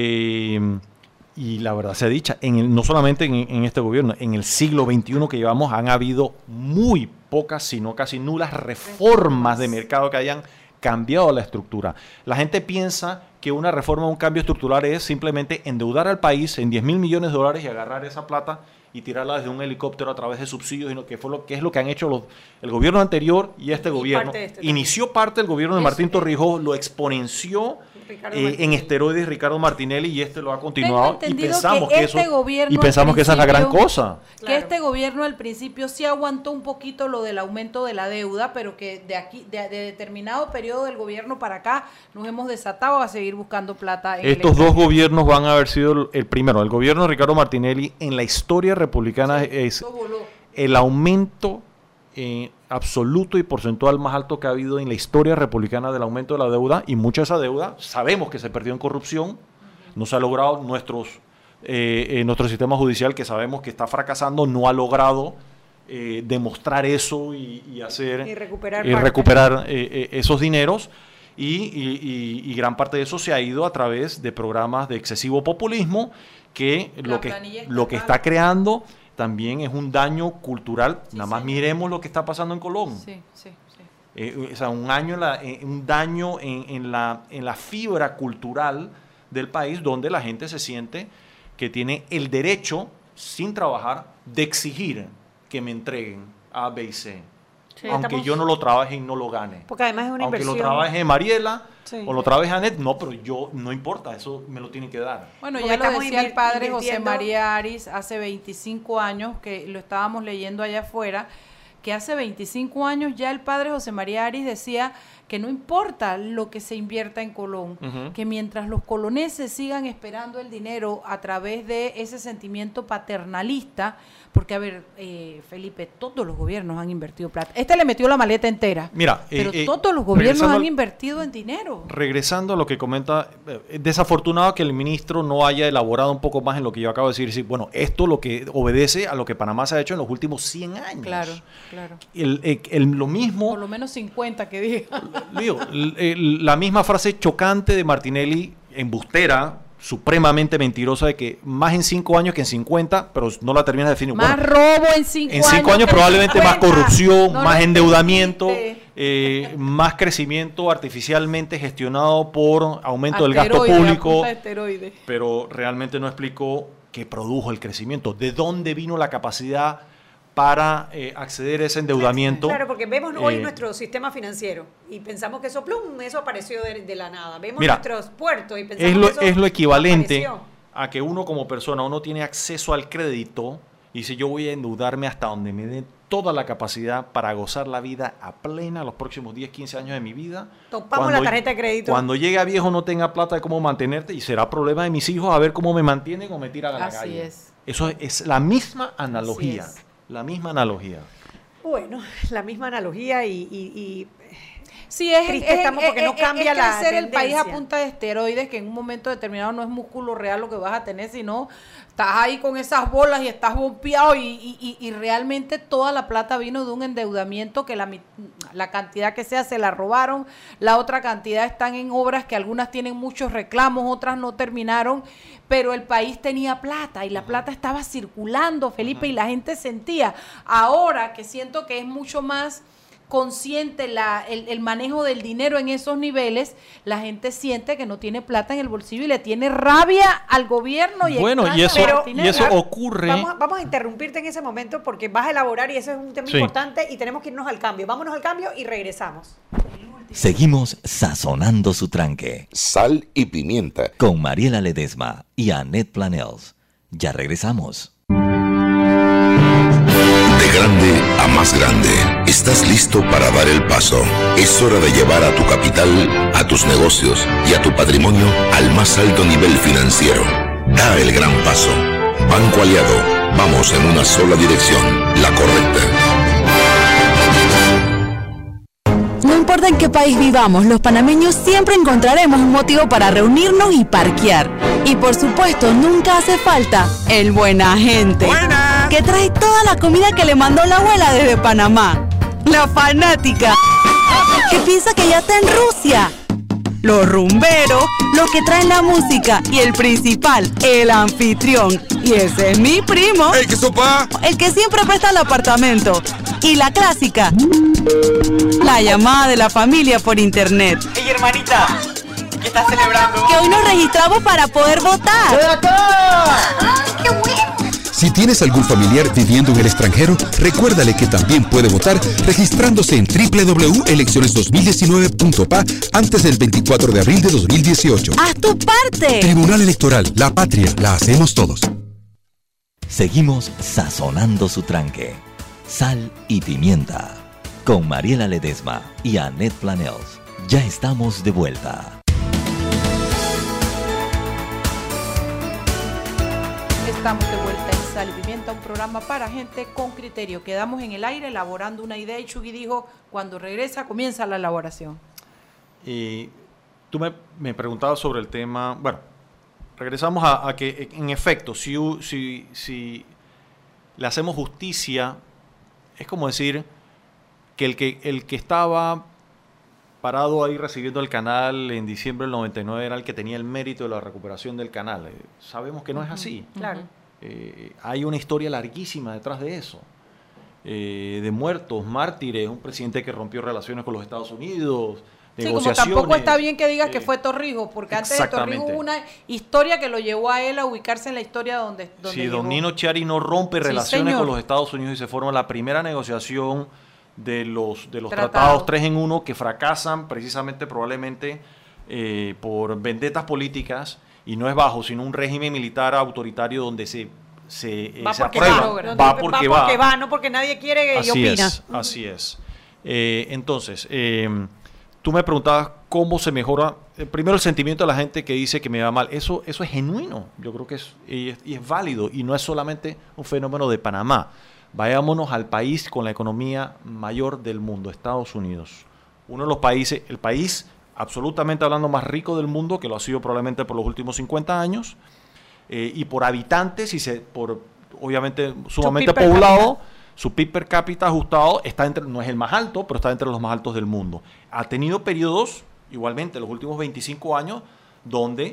Eh, y la verdad sea dicha, en el, no solamente en, en este gobierno, en el siglo veintiuno que llevamos han habido muy pocas, sino casi nulas reformas de mercado que hayan cambiado la estructura. La gente piensa que una reforma, un cambio estructural es simplemente endeudar al país en diez mil millones de dólares y agarrar esa plata y tirarla desde un helicóptero a través de subsidios, que fue lo que es lo que han hecho los, el gobierno anterior y este y gobierno. Parte este Inició parte del gobierno de Martín Torrijos, lo exponenció eh, en esteroides Ricardo Martinelli y este lo ha continuado y pensamos que, que este eso y pensamos que esa es la gran cosa.
Que claro. Este gobierno al principio sí aguantó un poquito lo del aumento de la deuda, pero que de aquí de, de determinado periodo del gobierno para acá nos hemos desatado a seguir buscando plata. En
Estos dos gobiernos van a haber sido el, el primero, el gobierno de Ricardo Martinelli en la historia republicana sí, es el aumento eh, absoluto y porcentual más alto que ha habido en la historia republicana del aumento de la deuda, y mucha de esa deuda sabemos que se perdió en corrupción, uh-huh. no se ha logrado, nuestros, eh, eh, nuestro sistema judicial, que sabemos que está fracasando, no ha logrado eh, demostrar eso y, y hacer
y recuperar,
y recuperar eh, eh, esos dineros. Y, y, y, y gran parte de eso se ha ido a través de programas de excesivo populismo que la lo que lo que está creando también es un daño cultural. Sí, Nada más sí. miremos lo que está pasando en Colón.
Sí, sí, sí.
Eh, o sea, un, año en la, eh, un daño en, en, la, en la fibra cultural del país, donde la gente se siente que tiene el derecho, sin trabajar, de exigir que me entreguen A, B y C. Sí, aunque estamos... yo no lo trabaje y no lo gane.
Porque además es una
aunque
inversión.
Aunque lo trabaje Mariela sí. o lo trabaje Anet, no, pero yo no importa, eso me lo tienen que dar.
Bueno, ya lo decía el padre José María Aris hace veinticinco años, que lo estábamos leyendo allá afuera, que hace veinticinco años ya el padre José María Aris decía que no importa lo que se invierta en Colón, uh-huh. que mientras los coloneses sigan esperando el dinero a través de ese sentimiento paternalista, porque a ver, eh, Felipe, todos los gobiernos han invertido plata. Este le metió la maleta entera.
Mira,
pero
eh,
todos los gobiernos han invertido en dinero.
Regresando a lo que comenta, eh, desafortunado que el ministro no haya elaborado un poco más en lo que yo acabo de decir. decir bueno, esto lo que obedece a lo que Panamá se ha hecho en los últimos cien años.
Claro, claro.
El, el, el, lo mismo...
Por lo menos cincuenta que diga.
Digo, el, el, la misma frase chocante de Martinelli, embustera, supremamente mentirosa, de que más en cinco años que en cincuenta, pero no la terminas de definir.
Más bueno, robo en cinco años.
En cinco años, años probablemente más corrupción, no más endeudamiento, eh, más crecimiento artificialmente gestionado por aumento
asteroide,
del gasto público.
Asteroide.
Pero realmente no explicó qué produjo el crecimiento, de dónde vino la capacidad para eh, acceder a ese endeudamiento.
Claro, porque vemos hoy eh, nuestro sistema financiero y pensamos que eso, plum, eso apareció de, de la nada. Vemos mira, nuestros puertos y pensamos
es lo,
que eso
es lo equivalente
apareció.
A que uno como persona, uno tiene acceso al crédito y dice yo voy a endeudarme hasta donde me dé toda la capacidad para gozar la vida a plena los próximos diez, quince años de mi vida.
Topamos cuando, la tarjeta de crédito.
Cuando llegue a viejo no tenga plata de cómo mantenerte y será problema de mis hijos a ver cómo me mantienen o me tiran a la
Así
calle.
Es.
Eso es la misma analogía. La misma analogía.
Bueno, la misma analogía y... y, y
sí, es,
triste
es,
estamos porque
es,
no cambia
es
la
hacer
tendencia.
El país a punta de esteroides, que en un momento determinado no es músculo real lo que vas a tener, sino estás ahí con esas bolas y estás bompeado y, y, y realmente toda la plata vino de un endeudamiento que la, la cantidad que sea se la robaron, la otra cantidad están en obras que algunas tienen muchos reclamos, otras no terminaron, pero el país tenía plata y la plata estaba circulando, Felipe, y la gente sentía. Ahora que siento que es mucho más consciente la, el, el manejo del dinero en esos niveles, la gente siente que no tiene plata en el bolsillo y le tiene rabia al gobierno. Y
bueno, y eso, y eso ocurre.
Vamos, vamos a interrumpirte en ese momento porque vas a elaborar y eso es un tema sí. importante y tenemos que irnos al cambio. Vámonos al cambio y regresamos.
Seguimos sazonando su tranque.
Sal y pimienta.
Con Mariela Ledesma y Annette Planels. Ya regresamos.
De grande a más grande, estás listo para dar el paso. Es hora de llevar a tu capital, a tus negocios y a tu patrimonio al más alto nivel financiero. Da el gran paso. Banco Aliado, vamos en una sola dirección, la correcta.
No importa en qué país vivamos, los panameños siempre encontraremos un motivo para reunirnos y parquear. Y por supuesto, nunca hace falta el buena gente. ¡Buena! Que trae toda la comida que le mandó la abuela desde Panamá. La fanática, que piensa que ya está en Rusia. Los rumberos, los que traen la música. Y el principal, el anfitrión, Y ese es mi primo.
¡Ey, qué sopa!
El que siempre presta el apartamento. Y la clásica, la llamada de la familia por internet.
¡Ey, hermanita! ¿Qué estás celebrando?
Que hoy nos registramos para poder votar.
¡Ven acá!
¡Ay, qué bueno!
Si tienes algún familiar viviendo en el extranjero, recuérdale que también puede votar registrándose en doble u doble u doble u punto elecciones dos mil diecinueve punto p a antes del veinticuatro de abril de dos mil dieciocho.
¡Haz tu parte!
Tribunal Electoral, la patria, la hacemos todos.
Seguimos sazonando su tranque. Sal y pimienta. Con Mariela Ledesma y Annette Planels. Ya estamos de vuelta.
Estamos de vuelta en Sal y Pimienta, un programa para gente con criterio. Quedamos en el aire elaborando una idea y Chugui dijo, cuando regresa comienza la elaboración.
Y tú me, me preguntabas sobre el tema, bueno, regresamos a, a que en efecto, si, si, si le hacemos justicia, es como decir que el que, el que estaba parado ahí recibiendo el canal en diciembre del noventa y nueve era el que tenía el mérito de la recuperación del canal. Eh, sabemos que no es así.
Claro.
Eh, hay una historia larguísima detrás de eso. Eh, de muertos, mártires, un presidente que rompió relaciones con los Estados Unidos,
sí, como
negociaciones.
tampoco está bien que digas
eh,
que fue Torrijos, porque antes de Torrijos hubo una historia que lo llevó a él a ubicarse en la historia donde, donde
Si
llegó.
don Nino Chiari no rompe
Sí,
relaciones
señor.
con los Estados Unidos y se forma la primera negociación de los, de los
Tratado.
tratados tres en uno que fracasan precisamente probablemente eh, por vendetas políticas, y no es bajo, sino un régimen militar autoritario donde se, se, eh,
Va
se
porque
aprueba.
va,
Va porque va.
va, porque va, no porque nadie quiere y
Así
opina.
es, así es. Eh, entonces, eh, tú me preguntabas cómo se mejora, eh, primero el sentimiento de la gente que dice que me va mal. Eso, eso es genuino, yo creo que es y, es y es válido, y no es solamente un fenómeno de Panamá. Vayámonos al país con la economía mayor del mundo, Estados Unidos. Uno de los países, el país absolutamente hablando más rico del mundo, que lo ha sido probablemente por los últimos cincuenta años, eh, y por habitantes, y se, por obviamente sumamente poblado, su P I B per cápita ajustado está entre, no es el más alto, pero está entre los más altos del mundo. Ha tenido periodos, igualmente, los últimos veinticinco años, donde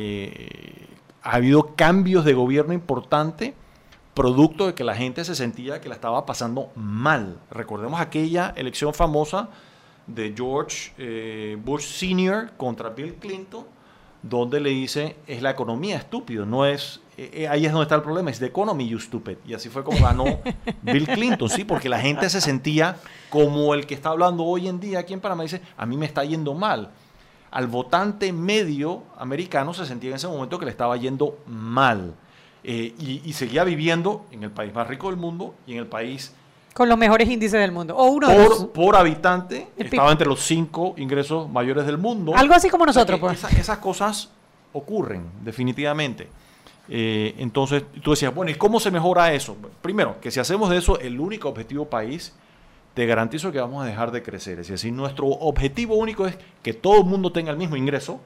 eh, ha habido cambios de gobierno importantes, producto de que la gente se sentía que la estaba pasando mal. Recordemos aquella elección famosa de George eh, Bush senior contra Bill Clinton, donde le dice, es la economía estúpido, no es, eh, ahí es donde está el problema, es the economy you stupid. Y así fue como ganó Bill Clinton, sí, porque la gente se sentía como el que está hablando hoy en día aquí en Panamá, dice, a mí me está yendo mal. Al votante medio americano se sentía en ese momento que le estaba yendo mal. Eh, y, y seguía viviendo en el país más rico del mundo y en el país
con los mejores índices del mundo. O uno
por,
de los,
por habitante,
el
estaba
P I B.
entre los cinco ingresos mayores del mundo.
Algo así como nosotros,
O sea, que
pues.
esa- esas cosas ocurren, definitivamente. Eh, entonces, tú decías, bueno, ¿y cómo se mejora eso? Primero, que si hacemos de eso el único objetivo país, te garantizo que vamos a dejar de crecer. Es decir, nuestro objetivo único es que todo el mundo tenga el mismo ingreso,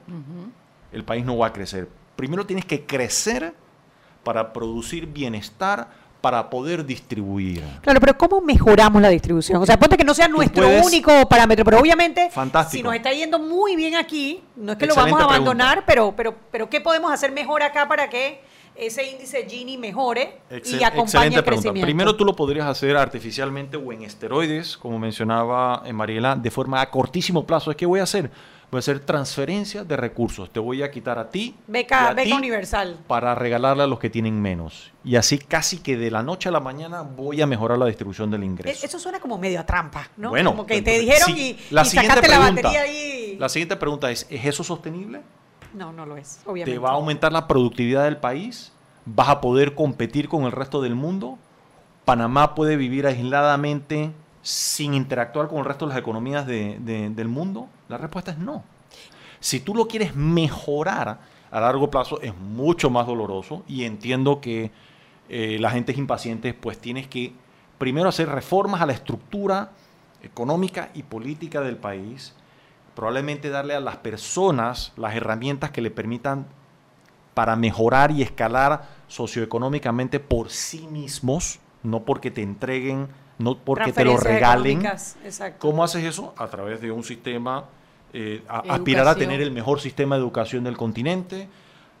el país no va a crecer. Primero tienes que crecer para producir bienestar, para poder distribuir.
Claro, pero ¿cómo mejoramos la distribución? O sea, ponte que no sea nuestro
puedes-
único parámetro, pero obviamente,
Fantástico.
si nos está yendo muy bien aquí, no es que
Excelente
lo vamos a abandonar,
pregunta.
pero, pero, pero ¿qué podemos hacer mejor acá para que ese índice Gini mejore
Excel-
y acompañe
excelente
el
pregunta.
crecimiento?
Primero tú lo podrías hacer artificialmente o en esteroides, como mencionaba eh, Mariela, de forma a cortísimo plazo. ¿Es qué voy a hacer? Voy a hacer transferencias de recursos. Te voy a quitar a ti y
Beca,
a
beca
ti
universal.
para regalarle a los que tienen menos. Y así casi que de la noche a la mañana voy a mejorar la distribución del
E-
ingreso.
Eso suena como medio a trampa, ¿no?
Bueno,
como que te
entonces,
dijeron
sí,
y,
la
y
siguiente
sacaste la
pregunta,
batería ahí.
La siguiente pregunta es, ¿es eso sostenible?
No, no lo es, obviamente.
¿Te va a aumentar la productividad del país? ¿Vas a poder competir con el resto del mundo? ¿Panamá puede vivir aisladamente sin interactuar con el resto de las economías de- de- del mundo? La respuesta es no. Si tú lo quieres mejorar a largo plazo, es mucho más doloroso, y entiendo que eh, la gente es impaciente, pues tienes que primero hacer reformas a la estructura económica y política del país, probablemente darle a las personas las herramientas que le permitan para mejorar y escalar socioeconómicamente por sí mismos, no porque te entreguen, no porque te lo
Transferencias
regalen.
económicas, exacto.
¿Cómo haces eso? A través de un sistema, eh, a- aspirar a
Educación.
tener el mejor sistema de educación del continente,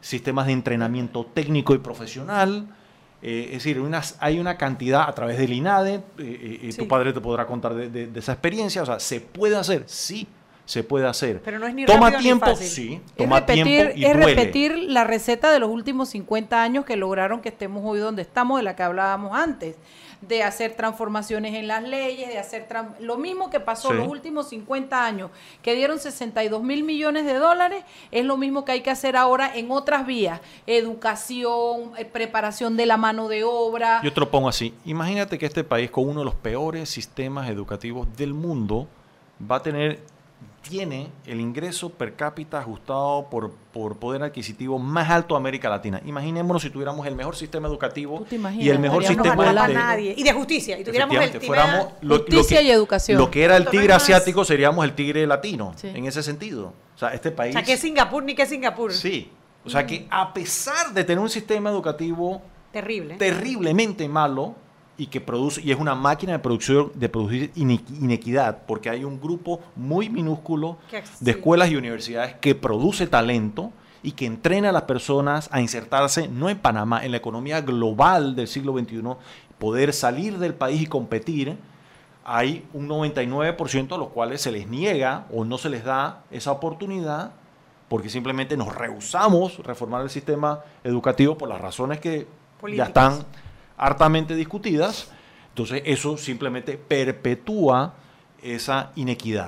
sistemas de entrenamiento técnico y profesional. Eh, es decir, unas, hay una cantidad a través del INADE, eh, eh, sí. tu padre te podrá contar de, de, de esa experiencia, o sea, ¿se puede hacer? Sí, se puede hacer.
Pero no es ni
toma
rápido
tiempo,
ni fácil.
Sí,
Es
toma
repetir,
tiempo y
es
duele.
repetir la receta de los últimos cincuenta años que lograron que estemos hoy donde estamos, de la que hablábamos antes, de hacer transformaciones en las leyes, de hacer lo mismo que pasó sí. los últimos cincuenta años, que dieron sesenta y dos mil millones de dólares, es lo mismo que hay que hacer ahora en otras vías, educación, eh, preparación de la mano de obra.
Yo te lo pongo así, imagínate que este país con uno de los peores sistemas educativos del mundo va a tener, tiene el ingreso per cápita ajustado por, por poder adquisitivo más alto de América Latina. Imaginémonos si tuviéramos el mejor sistema educativo y el mejor sistema
de, nadie. y de justicia. Y tuviéramos el
fuéramos lo,
justicia
lo que,
y educación.
Lo que era el tigre asiático seríamos el tigre latino, sí. en ese sentido. O sea, este país...
O sea, ¿qué es Singapur ni qué es Singapur?
Sí. O sea, mm. que a pesar de tener un sistema educativo
terrible,
terriblemente malo, y que produce, y es una máquina de producción de producir inequidad, porque hay un grupo muy minúsculo de escuelas y universidades que produce talento y que entrena a las personas a insertarse no en Panamá, en la economía global del siglo veintiuno, poder salir del país y competir. Hay un noventa y nueve por ciento a los cuales se les niega o no se les da esa oportunidad porque simplemente nos rehusamos reformar el sistema educativo por las razones que políticas. Ya están hartamente discutidas. Entonces eso simplemente perpetúa esa inequidad.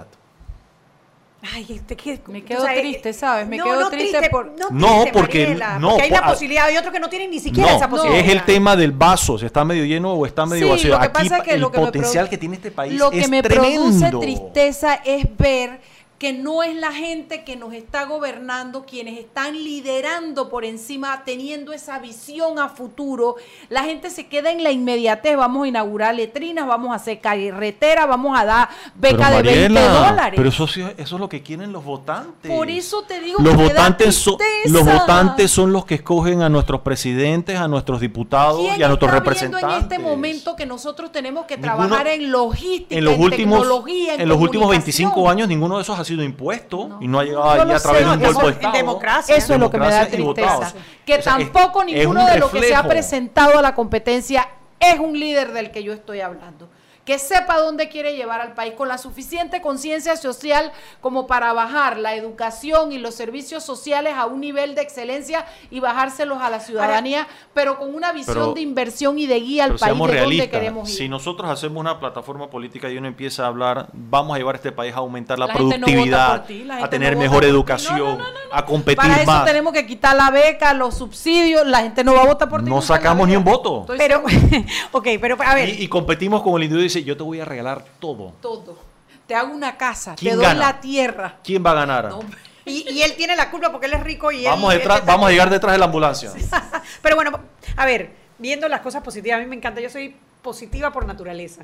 Ay, este, que,
me quedo o sea, triste, ¿sabes? Me no, quedo
no
triste,
triste
por...
No,
no
triste,
porque,
Mariela,
no,
porque hay
por,
la posibilidad, hay otros que no tienen ni siquiera
no,
esa posibilidad.
Es el tema del vaso, si está medio lleno o está medio
sí,
vacío.
Lo que
Aquí
pasa que
el
lo que
potencial
me
que tiene este país
lo
es
que me
tremendo.
Produce tristeza es ver que no es la gente que nos está gobernando quienes están liderando por encima, teniendo esa visión a futuro. La gente se queda en la inmediatez, vamos a inaugurar letrinas, vamos a hacer carreteras, vamos a dar beca de veinte dólares.
Pero eso, eso es lo que quieren los votantes.
Por eso te digo
los
que
votantes son, los votantes son los que escogen a nuestros presidentes, a nuestros diputados y a nuestros representantes.
¿Quién está viendo en este momento que nosotros tenemos que trabajar ninguno, en logística, en,
los
en
últimos,
tecnología, en
En los últimos veinticinco años ninguno de esos ha sido impuesto no. y no ha llegado allí a través sé, de un golpe de Estado.
Democracia.
Eso es lo que me da tristeza. Que o sea, tampoco es, ninguno es de los que se ha presentado a la competencia es un líder del que yo estoy hablando. Que sepa dónde quiere llevar al país con la suficiente conciencia social como para bajar la educación y los servicios sociales a un nivel de excelencia y bajárselos a la ciudadanía, Ahora, pero con una visión
pero,
de inversión y de guía al país de dónde queremos ir.
Si nosotros hacemos una plataforma política y uno empieza a hablar, vamos a llevar a este país a aumentar la,
la
productividad,
no ti,
a tener no mejor educación, no, no, no, no, no. a competir
para
más.
Para eso tenemos que quitar la beca, los subsidios, la gente no va a votar por ti.
No sacamos ni un voto.
Estoy pero, ok, pero a ver.
Y, y competimos con el individuo y dice, yo te voy a regalar todo.
Todo. Te hago una casa, te doy gana? la tierra.
¿Quién va a ganar?
No, y, y él tiene la culpa porque él es rico y
vamos
él...
Detrás, él vamos a llegar detrás de la ambulancia.
Sí. Pero bueno, a ver, viendo las cosas positivas, a mí me encanta, yo soy positiva por naturaleza.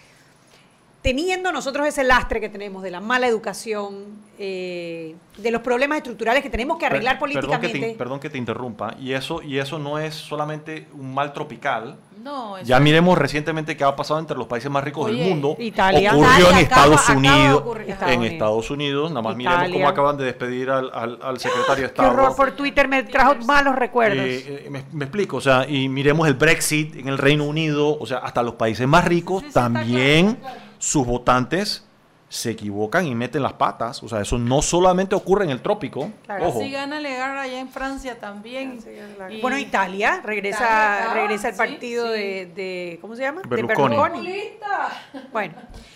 Teniendo nosotros ese lastre que tenemos de la mala educación, eh, de los problemas estructurales que tenemos que arreglar
per,
políticamente.
Perdón que, te, perdón que te interrumpa, y eso, y eso no es solamente un mal tropical.
No,
ya miremos recientemente qué ha pasado entre los países más ricos
Oye,
del mundo.
Italia.
Ocurrió
Italia,
en Estados
acaba,
Unidos.
acaba
en
Estados Unidos.
Estados Unidos, nada más
Italia.
miremos cómo acaban de despedir al, al, al secretario de Estado.
Qué horror, por Twitter me trajo malos recuerdos.
Eh, eh, me, me explico, o sea, y miremos el Brexit en el Reino Unido, o sea, hasta los países más ricos sí, sí, también claro, claro. sus votantes se equivocan y meten las patas, o sea, eso no solamente ocurre en el trópico.
Claro, ojo. Sí gana Legar allá en Francia también.
Y bueno, Italia regresa Italia, regresa el partido sí, sí. De, de, ¿cómo se llama?
Berlusconi.
De Berlusconi. Bueno,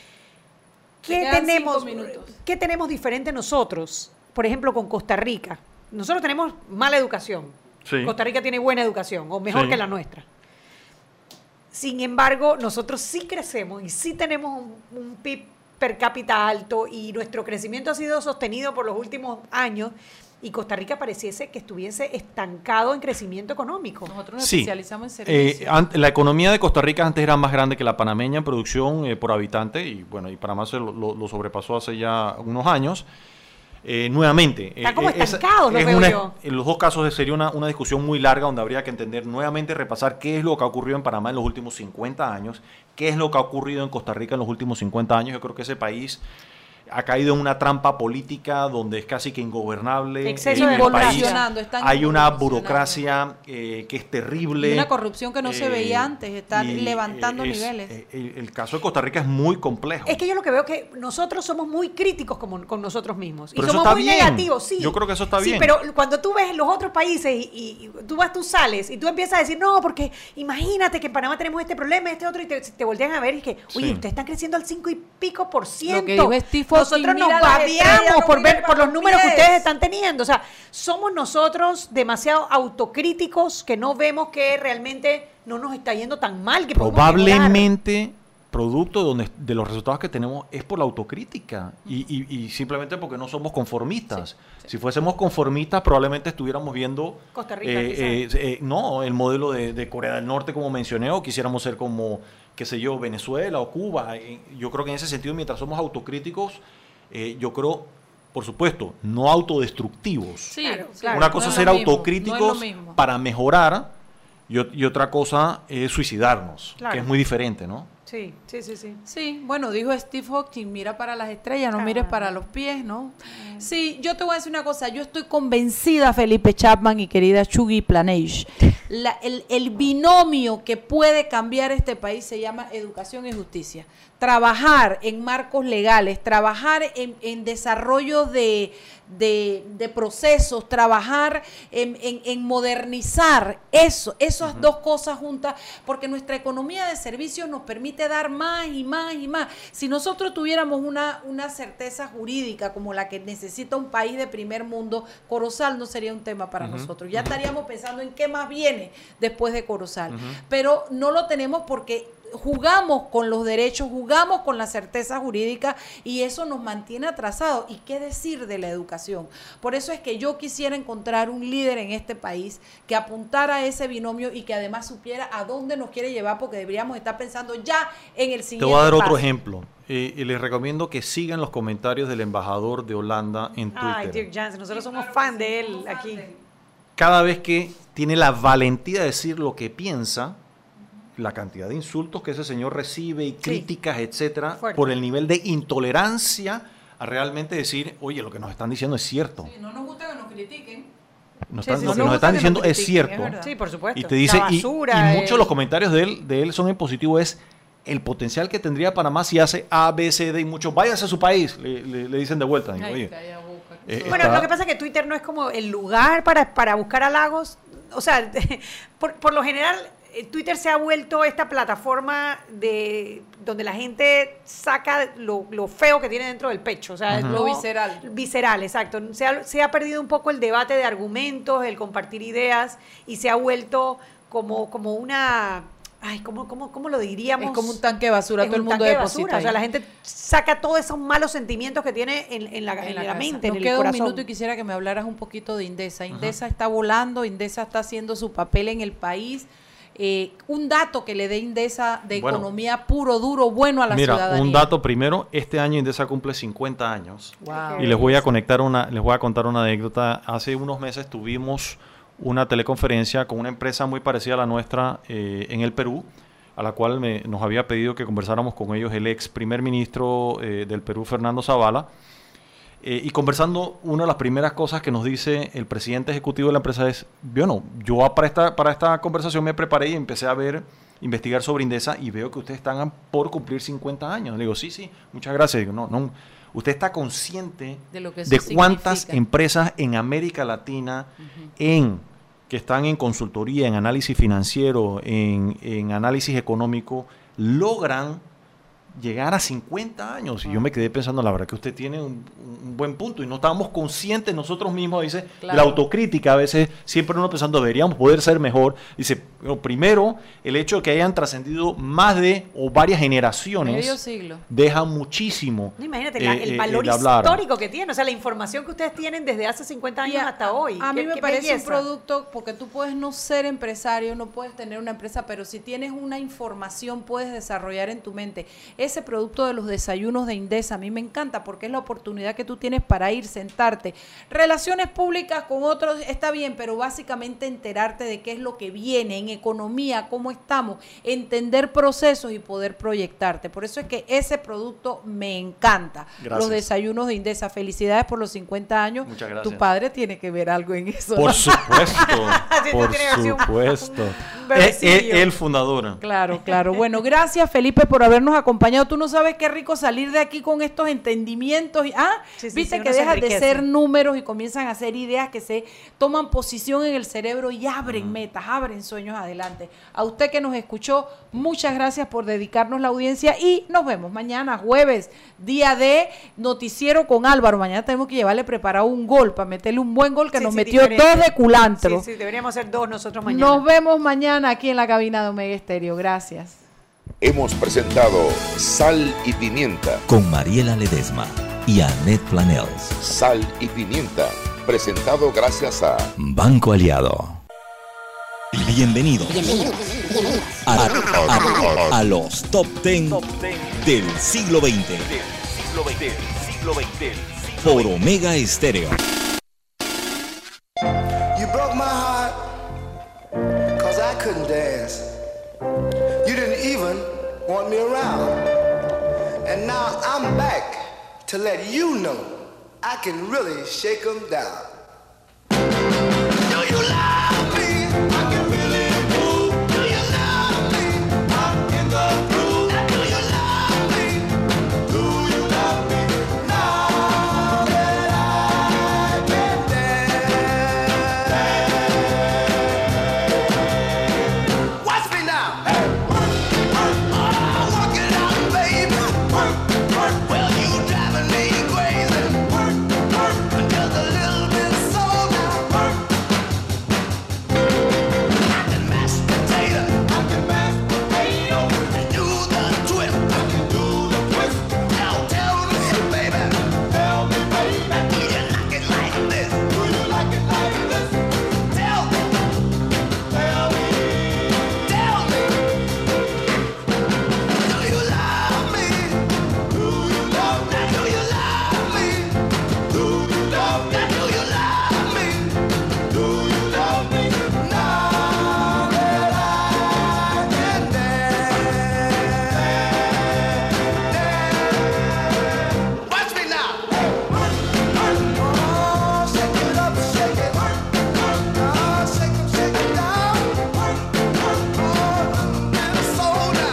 ¿qué tenemos, ¿qué tenemos diferente nosotros? Por ejemplo, con Costa Rica. Nosotros tenemos mala educación. Sí. Costa Rica tiene buena educación, o mejor sí. que la nuestra. Sin embargo, nosotros sí crecemos y sí tenemos un, un P I B per cápita alto y nuestro crecimiento ha sido sostenido por los últimos años y Costa Rica pareciese que estuviese estancado en crecimiento económico.
Nosotros nos
sí.
especializamos en servicios.
Eh, ante, la economía de Costa Rica antes era más grande que la panameña en producción eh, por habitante y bueno, y Panamá se lo, lo, lo sobrepasó hace ya unos años. Eh, nuevamente,
está como
eh,
estancado,
es,
lo
es
veo
una,
yo.
En los dos casos sería una, una discusión muy larga donde habría que entender nuevamente, repasar qué es lo que ha ocurrido en Panamá en los últimos cincuenta años, qué es lo que ha ocurrido en Costa Rica en los últimos cincuenta años. Yo creo que ese país ha caído en una trampa política donde es casi que ingobernable.
Exceso
en
de
el país.
están
Hay una burocracia eh, que es terrible.
Y una corrupción que no eh, se veía antes, están
y,
levantando
eh, es,
niveles.
Eh, el, el caso de Costa Rica es muy complejo.
Es que yo lo que veo es que nosotros somos muy críticos como, con nosotros mismos.
Pero
y somos muy bien. negativos, sí.
Yo creo que eso está
sí,
bien.
Pero cuando tú ves los otros países y, y, y tú vas, tú sales y tú empiezas a decir, no, porque imagínate que en Panamá tenemos este problema, este otro, y te, te voltean a ver y que, oye, sí. ustedes están creciendo al cinco y pico por ciento.
Lo que dijo Steve
Nosotros nos babiamos por ver por los números pies. que ustedes están teniendo. O sea, somos nosotros demasiado autocríticos que no vemos que realmente no nos está yendo tan mal. Que
probablemente producto de, donde, de los resultados que tenemos es por la autocrítica y, y, y simplemente porque no somos conformistas. Sí, sí. Si fuésemos conformistas probablemente estuviéramos viendo
Costa Rica,
eh, eh, eh, no, el modelo de, de Corea del Norte como mencioné, o quisiéramos ser como, qué sé yo, Venezuela o Cuba. Yo creo que en ese sentido, mientras somos autocríticos, eh, yo creo, por supuesto, no autodestructivos.
Sí, claro, claro.
Una cosa
no
es ser
mismo,
autocríticos
no
para mejorar y, y otra cosa es suicidarnos,
claro.
que es muy diferente, ¿no?
Sí, sí, sí, sí.
Sí, bueno, dijo Steve Hawking, mira para las estrellas, no ah. mires para los pies, ¿no? Mm. Sí, yo te voy a decir una cosa, yo estoy convencida, Felipe Chapman y querida Chugui Planage, la, el, el binomio que puede cambiar este país se llama educación y justicia. Trabajar en marcos legales, trabajar en, en desarrollo de, de, de procesos, trabajar en, en, en modernizar eso, esas uh-huh. dos cosas juntas, porque nuestra economía de servicios nos permite dar más y más y más. Si nosotros tuviéramos una, una certeza jurídica como la que necesita un país de primer mundo, Corozal no sería un tema para uh-huh. nosotros. Ya uh-huh. estaríamos pensando en qué más viene después de Corozal. Uh-huh. Pero no lo tenemos porque jugamos con los derechos, jugamos con la certeza jurídica y eso nos mantiene atrasados. ¿Y qué decir de la educación? Por eso es que yo quisiera encontrar un líder en este país que apuntara a ese binomio y que además supiera a dónde nos quiere llevar, porque deberíamos estar pensando ya en el siguiente
Te voy a dar
paso.
Otro ejemplo. Eh, y les recomiendo que sigan los comentarios del embajador de Holanda en Twitter.
Ay, Dirk Jansen, nosotros somos fan de él aquí.
Cada vez que tiene la valentía de decir lo que piensa, la cantidad de insultos que ese señor recibe y críticas, sí. etcétera, Fuerte. por el nivel de intolerancia a realmente decir, oye, lo que nos están diciendo es cierto.
Sí, no nos gusta que nos critiquen.
Nos están,
sí, sí,
lo
sí,
que nos están diciendo
que
es cierto.
Es sí, por supuesto.
Y te dice,
basura,
y, y muchos de
el...
los comentarios de él, de él son en positivo, es el potencial que tendría Panamá si hace A, B, C, D y muchos, váyase a su país, le, le, le dicen de vuelta. Digo, oye,
eh, bueno, está... lo que pasa es que Twitter no es como el lugar para, para buscar halagos. O sea, por, por lo general, Twitter se ha vuelto esta plataforma de donde la gente saca lo, lo feo que tiene dentro del pecho. O sea,
uh-huh.
lo
lo visceral.
Visceral, exacto. Se ha, se ha perdido un poco el debate de argumentos, el compartir ideas, y se ha vuelto como, como una... Ay, ¿cómo, cómo, ¿cómo lo diríamos?
Es como un tanque de basura, todo el mundo deposita.
O sea, la gente saca todos esos malos sentimientos que tiene en, en, la, en, en la, la mente,
Nos
en
queda
el corazón.
un minuto y quisiera que me hablaras un poquito de Indesa. Indesa
Ajá.
está volando, Indesa está haciendo su papel en el país. Eh, un dato que le dé Indesa de
bueno,
economía puro, duro, bueno a la
mira,
ciudadanía.
Un dato primero, este año Indesa cumple cincuenta años.
Wow.
Y les voy a conectar una, les voy a contar una anécdota. Hace unos meses tuvimos una teleconferencia con una empresa muy parecida a la nuestra eh, en el Perú, a la cual me, nos había pedido que conversáramos con ellos el ex primer ministro eh, del Perú, Fernando Zavala. Eh, y conversando, una de las primeras cosas que nos dice el presidente ejecutivo de la empresa es, bueno, yo para esta, para esta conversación me preparé y empecé a ver, investigar sobre Indesa y veo que ustedes están por cumplir cincuenta años. Le digo, sí, sí, muchas gracias. Digo, no, no, usted está consciente
de, lo que eso
de cuántas
significa.
empresas en América Latina uh-huh. en que están en consultoría, en análisis financiero, en, en análisis económico, logran llegar a cincuenta años. Y yo me quedé pensando, la verdad que usted tiene un, un buen punto y no estábamos conscientes nosotros mismos, dice, claro. La autocrítica a veces, siempre uno pensando, deberíamos poder ser mejor. Dice, bueno, primero, el hecho de que hayan trascendido más de o varias generaciones,
medio siglo,
deja muchísimo.
No, imagínate la, el valor eh, histórico que tiene, o sea, la información que ustedes tienen desde hace cincuenta años a, hasta hoy.
A
¿Qué,
mí me
qué
parece
belleza?
Un producto, porque tú puedes no ser empresario, no puedes tener una empresa, pero si tienes una información puedes desarrollar en tu mente. ese producto de los desayunos de Indesa a mí me encanta porque es la oportunidad que tú tienes para ir, sentarte. Relaciones públicas con otros está bien, pero básicamente enterarte de qué es lo que viene en economía, cómo estamos, entender procesos y poder proyectarte. Por eso es que ese producto me encanta.
Gracias.
Los desayunos de Indesa. Felicidades por los cincuenta años.
Muchas gracias.
Tu padre tiene que ver algo en eso.
Por supuesto,
Sí,
por
tiene que ser un-
supuesto.
un bebecillo.
Es el fundador.
Claro, claro. Bueno, gracias Felipe por habernos acompañado. Tú no sabes qué rico salir de aquí con estos entendimientos. y- Ah,
Sí, sí,
viste
sí,
que
uno se
dejas de
enriquece.
ser números y comienzan a hacer ideas que se toman posición en el cerebro y abren metas, abren sueños adelante. A usted que nos escuchó, muchas gracias por dedicarnos la audiencia y nos vemos mañana, jueves, día de noticiero con Álvaro. Mañana tenemos que llevarle preparado un gol para meterle un buen gol que
Sí,
nos
sí,
metió
diferente.
dos de culantro.
Sí, sí, deberíamos hacer dos nosotros mañana.
Nos vemos mañana aquí en la cabina de Omega Estéreo. Gracias.
Hemos presentado Sal y Pimienta.
Con Mariela Ledesma y Annette Planels.
Sal y Pimienta. Presentado gracias a
Banco Aliado. Bienvenidos a, a- a los Top Ten del siglo veinte
Siglo veinte, siglo veinte.
por Omega Estéreo.
You broke my heart, cause I couldn't dance. You didn't even want me around. And now I'm back to let you know I can really shake 'em down. Do you love me? I can really move. Do you love me? I'm in the groove. Now, do you love me? Do you love me? Now that I can dance. Watch me now. Hey, work, work, oh, work it out, baby. Work, work. Well, you driving me crazy. Work, work, just a little bit slow now. Work. I can mash potato. I can mash potato. And do the twist. I can do the twist. Now tell me, baby. Tell me, baby. Do you like it like this? Do you like it like this? Tell me. Tell me. Tell me. Do you love me? Do you love me? Do you love me? Do you love me? Do you love me? Do you love me? Now that I can dance. Watch me now. Oh, shake it up, shake it. Oh, shake it, shake it down. Oh, Minnesota.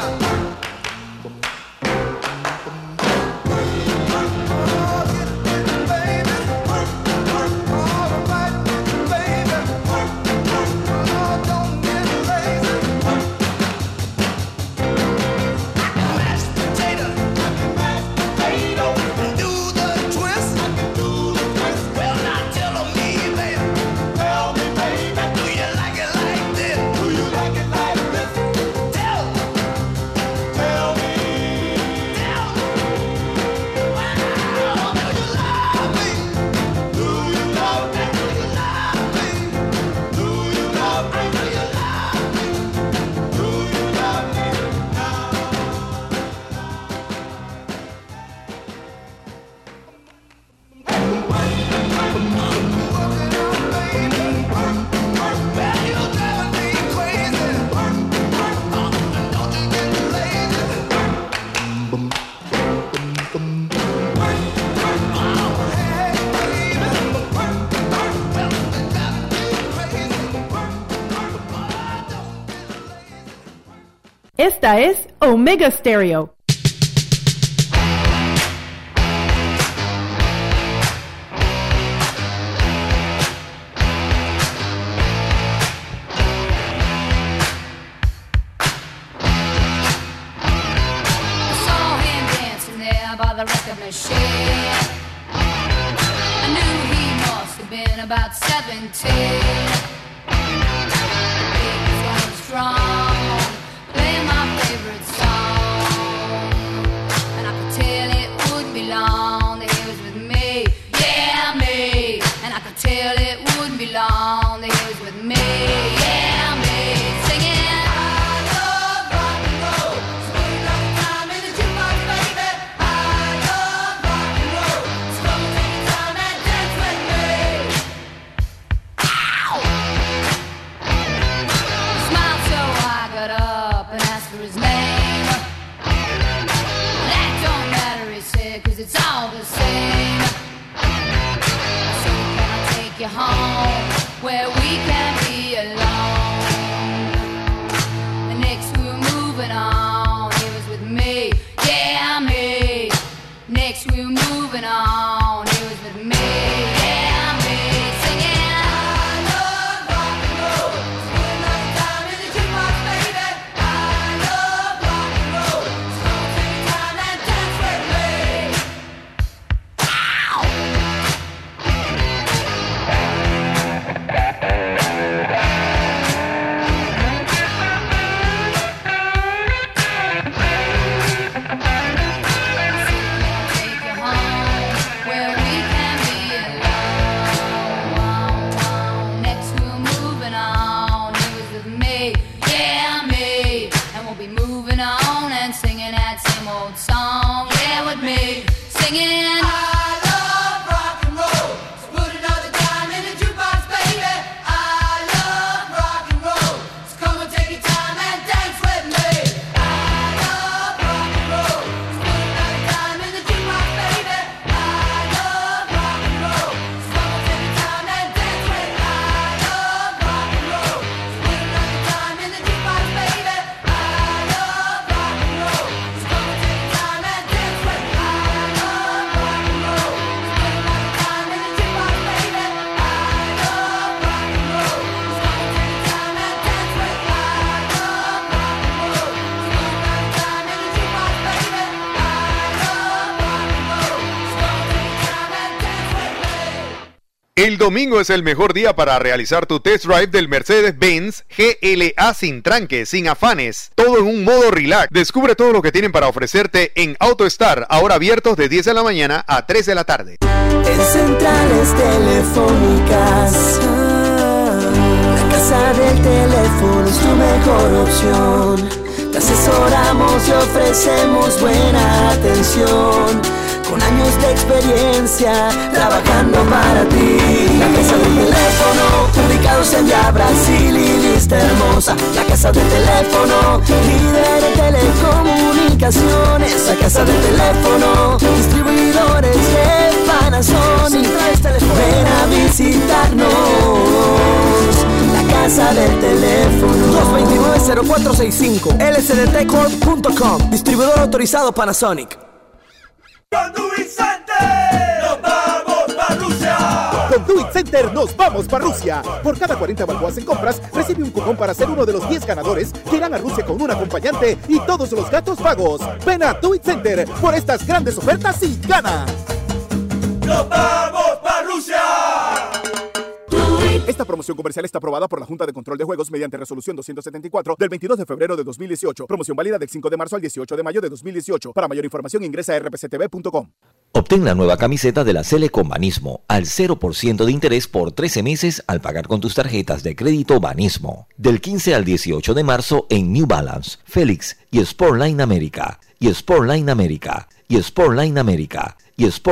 Esta es Omega Stereo.
Saw him dancing there by the record machine. I knew he must have been about seventeen. He was going strong, playing my favorite song, and I could tell it wouldn't be long that he was with me, yeah me. And I could tell it wouldn't be long that he was with me, yeah me. Singing, I love rock and roll, spending all the time in the jukebox. you home where we can be alone. And next we were moving on. He was with me, yeah, me. Next we were moving on. He was with me, yeah, me. Singing, I love rock and roll. Spend enough time in the jukebox, baby. I love rock and roll. So take your time and dance with me. Song, yeah, with me singing. I love rock and roll. So put another dime in the jukebox, baby. I love rock and roll. So come and take your time and dance with me. I love rock and roll. So put another dime in the jukebox, baby. I love rock and roll. So come and take your time and dance with me. I love rock and roll. So put another dime in the jukebox, baby. I love rock and roll. So come and take your time and dance with me. I love rock and roll. So put another dime in the jukebox, baby. I love rock and roll. So come and take your time and dance with me. I love rock and roll. So put another dime in the jukebox, baby. I love rock and roll. So come and take your time and dance with me.
El domingo es el mejor día para realizar tu test drive del Mercedes-Benz G L A sin tranques, sin afanes, todo en un modo relax. Descubre todo lo que tienen para ofrecerte en AutoStar, ahora abiertos de diez de la mañana a tres de la tarde.
En centrales telefónicas, la casa del teléfono es tu mejor opción. Te asesoramos y ofrecemos buena atención, con años de experiencia trabajando para ti. La casa del teléfono, ubicados en Ya Brasil y Vista Hermosa. La casa del teléfono, líder en telecomunicaciones. La casa del teléfono, distribuidores de Panasonic. Ven a visitarnos. La casa del teléfono, dos dos nueve, cero cuatro seis cinco, L C D T corp punto com. Distribuidor autorizado Panasonic.
Con Duit Center nos vamos para Rusia.
Con Duit Center nos vamos para Rusia. Por cada cuarenta balboas en compras, recibe un cupón para ser uno de los diez ganadores que irán a Rusia con un acompañante y todos los gastos pagos. Ven a Duit Center por estas grandes ofertas y gana.
Nos vamos para Rusia.
Esta promoción comercial está aprobada por la Junta de Control de Juegos mediante resolución doscientos setenta y cuatro del veintidós de febrero de dos mil dieciocho. Promoción válida del cinco de marzo al dieciocho de mayo de dos mil dieciocho. Para mayor información ingresa a r p c t v punto com.
Obtén la nueva camiseta de la Cele con Banismo al cero por ciento de interés por trece meses al pagar con tus tarjetas de crédito Banismo. Del quince al dieciocho de marzo en New Balance, Félix y Sportline América, y Sportline América, y Sportline América, y Sport